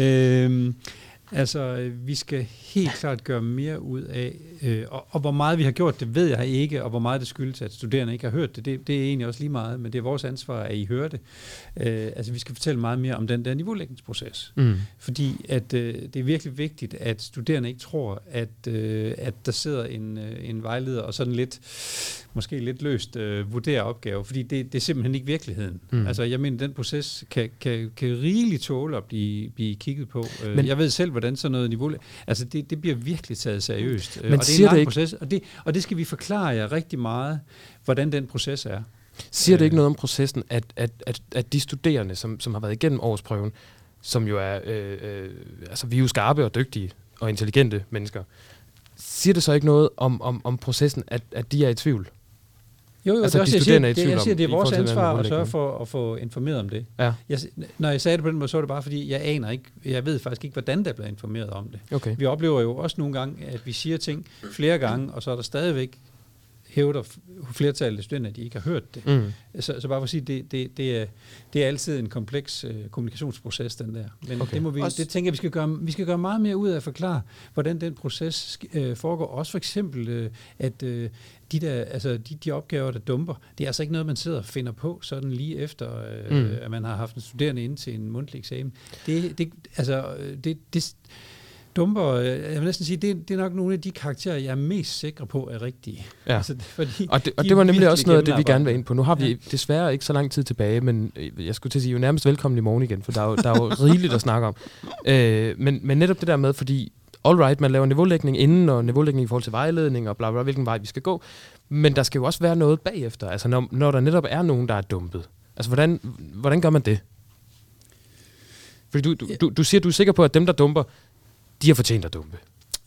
Øhm, altså, vi skal helt klart gøre mere ud af, øh, og, og hvor meget vi har gjort, det ved jeg ikke, og hvor meget det skyldes, at studerende ikke har hørt det, det, det er egentlig også lige meget, men det er vores ansvar, at I hører det. Øh, altså, vi skal fortælle meget mere om den der niveaulægningsproces, mm. fordi at, øh, det er virkelig vigtigt, at studerende ikke tror, at, øh, at der sidder en, øh, en vejleder og sådan lidt, måske lidt løst øh, vurderer opgave, fordi det, det er simpelthen ikke virkeligheden. Mm. Altså, jeg mener, den proces kan, kan, kan rigeligt tåle at blive, blive kigget på. Øh, men jeg ved selv, hvordan sådan noget niveau... Altså, det, det bliver virkelig taget seriøst. Men og det er en lang ikke... proces, og det, og det skal vi forklare jer rigtig meget, hvordan den proces er. Siger det ikke noget om processen, at, at, at, at de studerende, som, som har været igennem årsprøven, som jo er... Øh, øh, altså, vi er jo skarpe og dygtige og intelligente mennesker. Siger det så ikke noget om, om, om processen, at, at de er i tvivl? Jo, jo, altså, det er også, de studerende jeg siger, er i tvivl det, jeg siger, det er vores ansvar at sørge for at få informeret om det. Ja. Jeg, når jeg sagde det på den måde, så var det bare, fordi jeg aner ikke, jeg ved faktisk ikke, hvordan der bliver informeret om det. Okay. Vi oplever jo også nogle gange, at vi siger ting flere gange, og så er der stadigvæk hævder flertallet af studerende, at de ikke har hørt det. Mm. Så, så bare for at sige, det, det, det, er, det er altid en kompleks øh, kommunikationsproces, den der. Men okay. det, må vi, det tænker jeg, vi skal, gøre, vi skal gøre meget mere ud af at forklare, hvordan den proces øh, foregår. Også for eksempel, øh, at øh, de, der, altså, de, de opgaver, der dumper, det er altså ikke noget, man sidder og finder på, sådan lige efter, øh, mm. at man har haft en studerende inde til en mundtlig eksamen. Det, det, altså, det, det dumper, jeg vil næsten sige, det, det er nok nogle af de karakterer, jeg er mest sikker på er rigtige. Ja. Altså, fordi og det, og det var nemlig også noget af det, vi gerne vil ind på. Nu har vi ja. desværre ikke så lang tid tilbage, men jeg skulle til at sige, jo nærmest velkommen i morgen igen, for der er jo, der er jo rigeligt at snakke om. Øh, men, men netop det der med, fordi all right, man laver niveaulægning inden, og niveaulægning i forhold til vejledning, og bla bla, hvilken vej vi skal gå. Men der skal jo også være noget bagefter, altså når, når der netop er nogen, der er dumpet. Altså, hvordan, hvordan gør man det? Fordi du, du, du, du siger, du er sikker på, at dem, der dumper, de har fortjent at dumpe.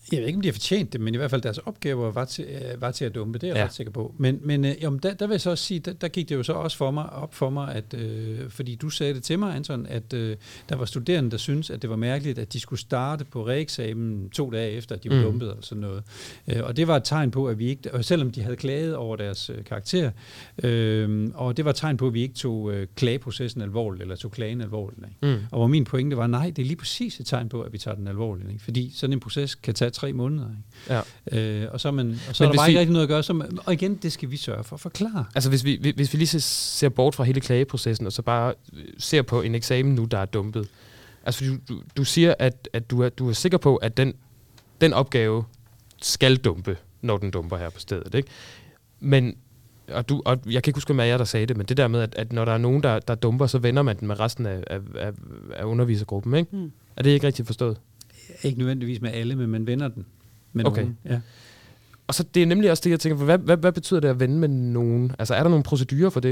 Jeg ved ikke, om de har fortjent det, men i hvert fald deres opgaver var til, øh, var til at dumpe, det er jeg Ja. ret sikker på. Men, men øh, jamen, der, der vil jeg så også sige, der, der gik det jo så også for mig, op for mig, at, øh, fordi du sagde det til mig, Anton, at øh, der var studerende, der syntes, at det var mærkeligt, at de skulle starte på reeksamen to dage efter, at de var Mm. dumpet og sådan noget. Øh, og det var et tegn på, at vi ikke, og selvom de havde klaget over deres øh, karakter, øh, og det var et tegn på, at vi ikke tog øh, klageprocessen alvorligt, eller tog klagen alvorligt. Ikke? Mm. Og hvor min pointe var, nej, det er lige præcis et tegn på, at vi tager den alvorligt. Ikke? Fordi sådan en proces kan tage tre måneder. Ikke? Ja. Øh, og så er, man, og så er der hvis bare vi- ikke rigtig noget at gøre. Så man, og igen, det skal vi sørge for at forklare. Altså hvis vi, hvis vi lige ser- ser bort fra hele klageprocessen, og så bare øh, ser på en eksamen nu, der er dumpet. Altså du, du, du siger, at, at du, er, du er sikker på, at den, den opgave skal dumpe, når den dumper her på stedet. Ikke? Men, og, du, og jeg kan ikke huske, hvem af jer, der sagde det, men det der med, at, at når der er nogen, der, der dumper, så vender man den med resten af, af, af, af undervisergruppen. Ikke? Mm. Er det ikke rigtigt forstået? Ikke nødvendigvis med alle, men man vender den med Okay. nogen. Ja. Og så det er nemlig også det, jeg tænker, hvad, hvad, hvad betyder det at vende med nogen? Altså er der nogle procedurer for det?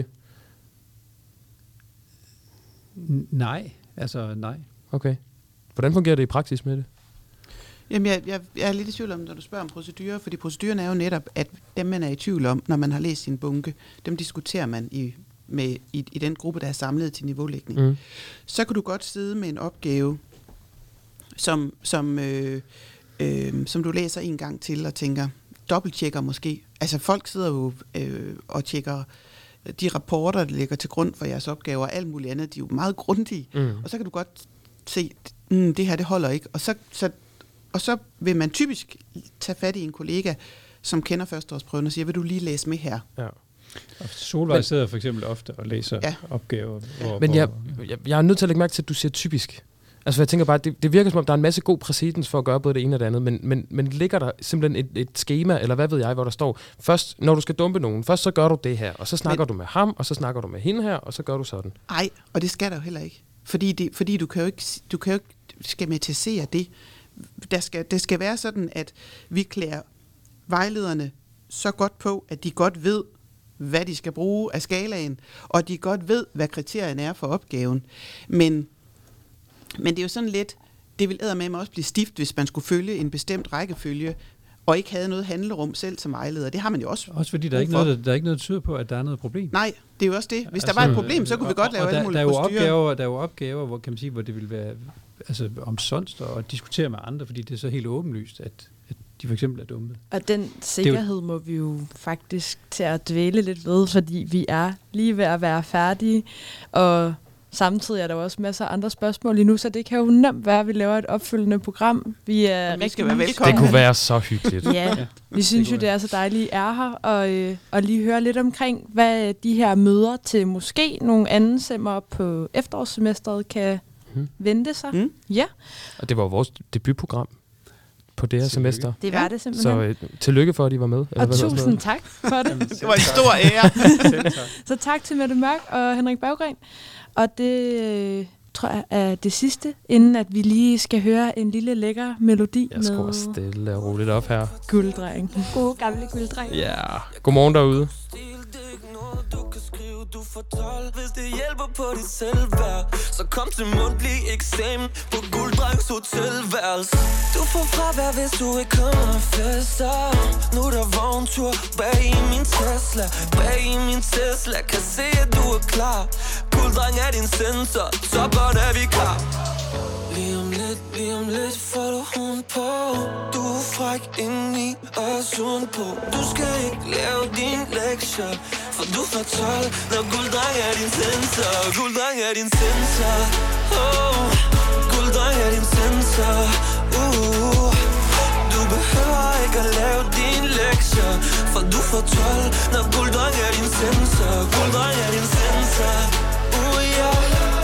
N- nej, altså nej. Okay. Hvordan fungerer det i praksis med det? Jamen, jeg, jeg, jeg er lidt i tvivl om, når du spørger om procedurer, fordi proceduren er jo netop, at dem, man er i tvivl om, når man har læst sin bunke, dem diskuterer man i, med, i, i den gruppe, der er samlet til niveaulægning. Mm. Så kan du godt sidde med en opgave, som, som, øh, øh, som du læser en gang til og tænker, dobbelttjekker måske. Altså folk sidder jo øh, og tjekker de rapporter, der ligger til grund for jeres opgaver, og alt muligt andet, de er jo meget grundige. Mm. Og så kan du godt se, mm, det her, det holder ikke. Og så, så, og så vil man typisk tage fat i en kollega, som kender førsteårsprøven og siger, vil du lige læse med her? Ja. Og Solvej Men- sidder for eksempel ofte og læser Ja. ja. opgaver. Hvor, Men hvor, jeg, jeg, jeg er nødt til at lægge mærke til, at du siger typisk. Altså jeg tænker bare, det, det virker som om, der er en masse god præcedens for at gøre både det ene og det andet, men, men, men ligger der simpelthen et, et schema, eller hvad ved jeg, hvor der står, først når du skal dumpe nogen, først så gør du det her, og så snakker men, du med ham, og så snakker du med hende her, og så gør du sådan. Nej, og det skal der jo heller ikke. Fordi, det, fordi du kan jo ikke, du kan jo ikke skematisere det. Der skal, det skal være sådan, at vi klæder vejlederne så godt på, at de godt ved, hvad de skal bruge af skalaen, og de godt ved, hvad kriterierne er for opgaven. Men, men det er jo sådan lidt, det vil eddermame også blive stift, hvis man skulle følge en bestemt rækkefølge, og ikke havde noget handlerum selv som vejleder. Det har man jo også. også fordi der er, ikke brug for. noget, der, der er ikke noget, der tyder på, at der er noget problem. Nej, det er jo også det. Hvis altså, der Altså, var et problem, så kunne vi godt lave og alle der, mulige der er jo procedurer. opgaver, der er jo opgaver, hvor kan man sige, hvor det vil være altså omsonst at diskutere med andre, fordi det er så helt åbenlyst, at, at de for eksempel er dumpet. Og den sikkerhed må vi jo faktisk til at dvæle lidt ved, fordi vi er lige ved at være færdige, og samtidig er der jo også masser af andre spørgsmål lige nu, så det kan jo nemt være, at vi laver et opfølgende program. Vi er Og vi rigtig skal være velkommen. Det kunne være så hyggeligt. Ja, vi synes jo, det er så dejligt, at I er her, og, øh, og lige høre lidt omkring, hvad de her møder til måske nogle anden semmer på efterårssemesteret kan Mhm. vente sig. Mm. Ja, Og det var jo vores debutprogram på det her Tillykke. semester. det var Ja. det simpelthen. Så øh, tillykke for, at I var med. Eller og hvad hedder sådan tusind noget? tak for det. Det var en stor ære. Så tak til Mette Mørk og Henrik Baggren. Og det øh, tror jeg er det sidste, inden at vi lige skal høre en lille lækker melodi Jeg skruer med stille og roligt op her. Gulddreng. Gode gamle gulddreng. Ja, yeah. Godmorgen derude. Du får tolv, hvis det hjælper på dit selvværd. Så kom til mundtlig eksamen på Gulddrengs hotelværelse. Du får fravær, hvis du ikke kommer og fester. Nu er der vogntur bag i min Tesla. Bag i min Tesla, kan se at du er klar. Gulddreng er din sensor, så godt er vi klar. Lige om lidt, lige om lidt får du hun på. Du er fræk indeni og sund på. Du skal ikke lave din lektier, for du får tolv, når Gulddreng er din sensor. Gulddreng er din sensor. Oh, Gulddreng er din sensor. Uh, du behøver ikke at lave din lektier, for du får tolv, når Gulddreng er din sensor. Gulddreng er din sensor. Uh, yeah.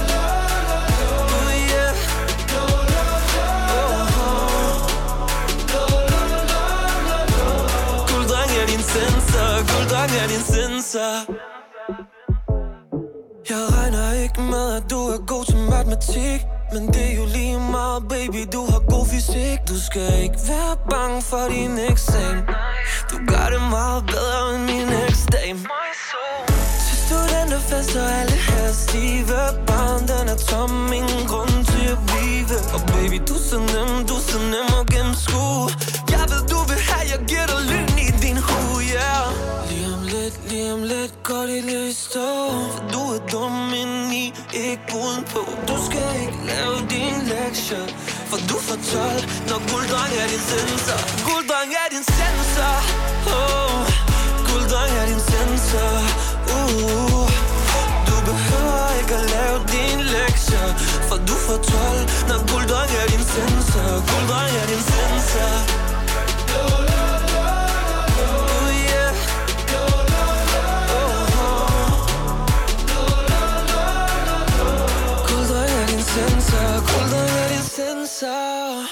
Gulddreng er din sensor. Jeg regner ikke med, at du er god til matematik, men det er jo lige meget, baby, du har god fysik. Du skal ikke være bange for din eksamen. Du gør det meget bedre end min eksdame. Til studenterfest og alle her stive. Barn, den er tom, ingen grund til at blive. Og baby, du er så nem, du er så nem at gennemskue. ikke udenpå. Du skal ikke lave din lektie, for du får tolv, når gulddreng er din sensor. Gulddreng er din sensor. Oh, gulddreng er din sensor. Uh, du behøver ikke at lave din lektie, for du får tolv, når gulddreng er din sensor. Gulddreng er din sensor. Sensor.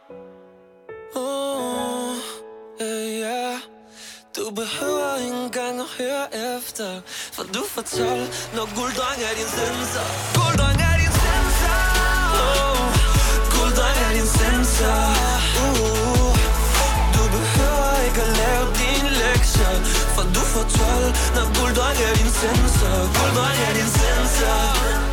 Oh, yeah, yeah. Du behøver ikke engang at høre efter, for du får tolv, når gulddreng er din sensor. Gulddreng er din sensor. Oh, gulddreng er din sensor. Uh, du behøver ikke at lave din lektie, for du får tolv, når gulddreng er din sensor. Gulddreng er din sensor.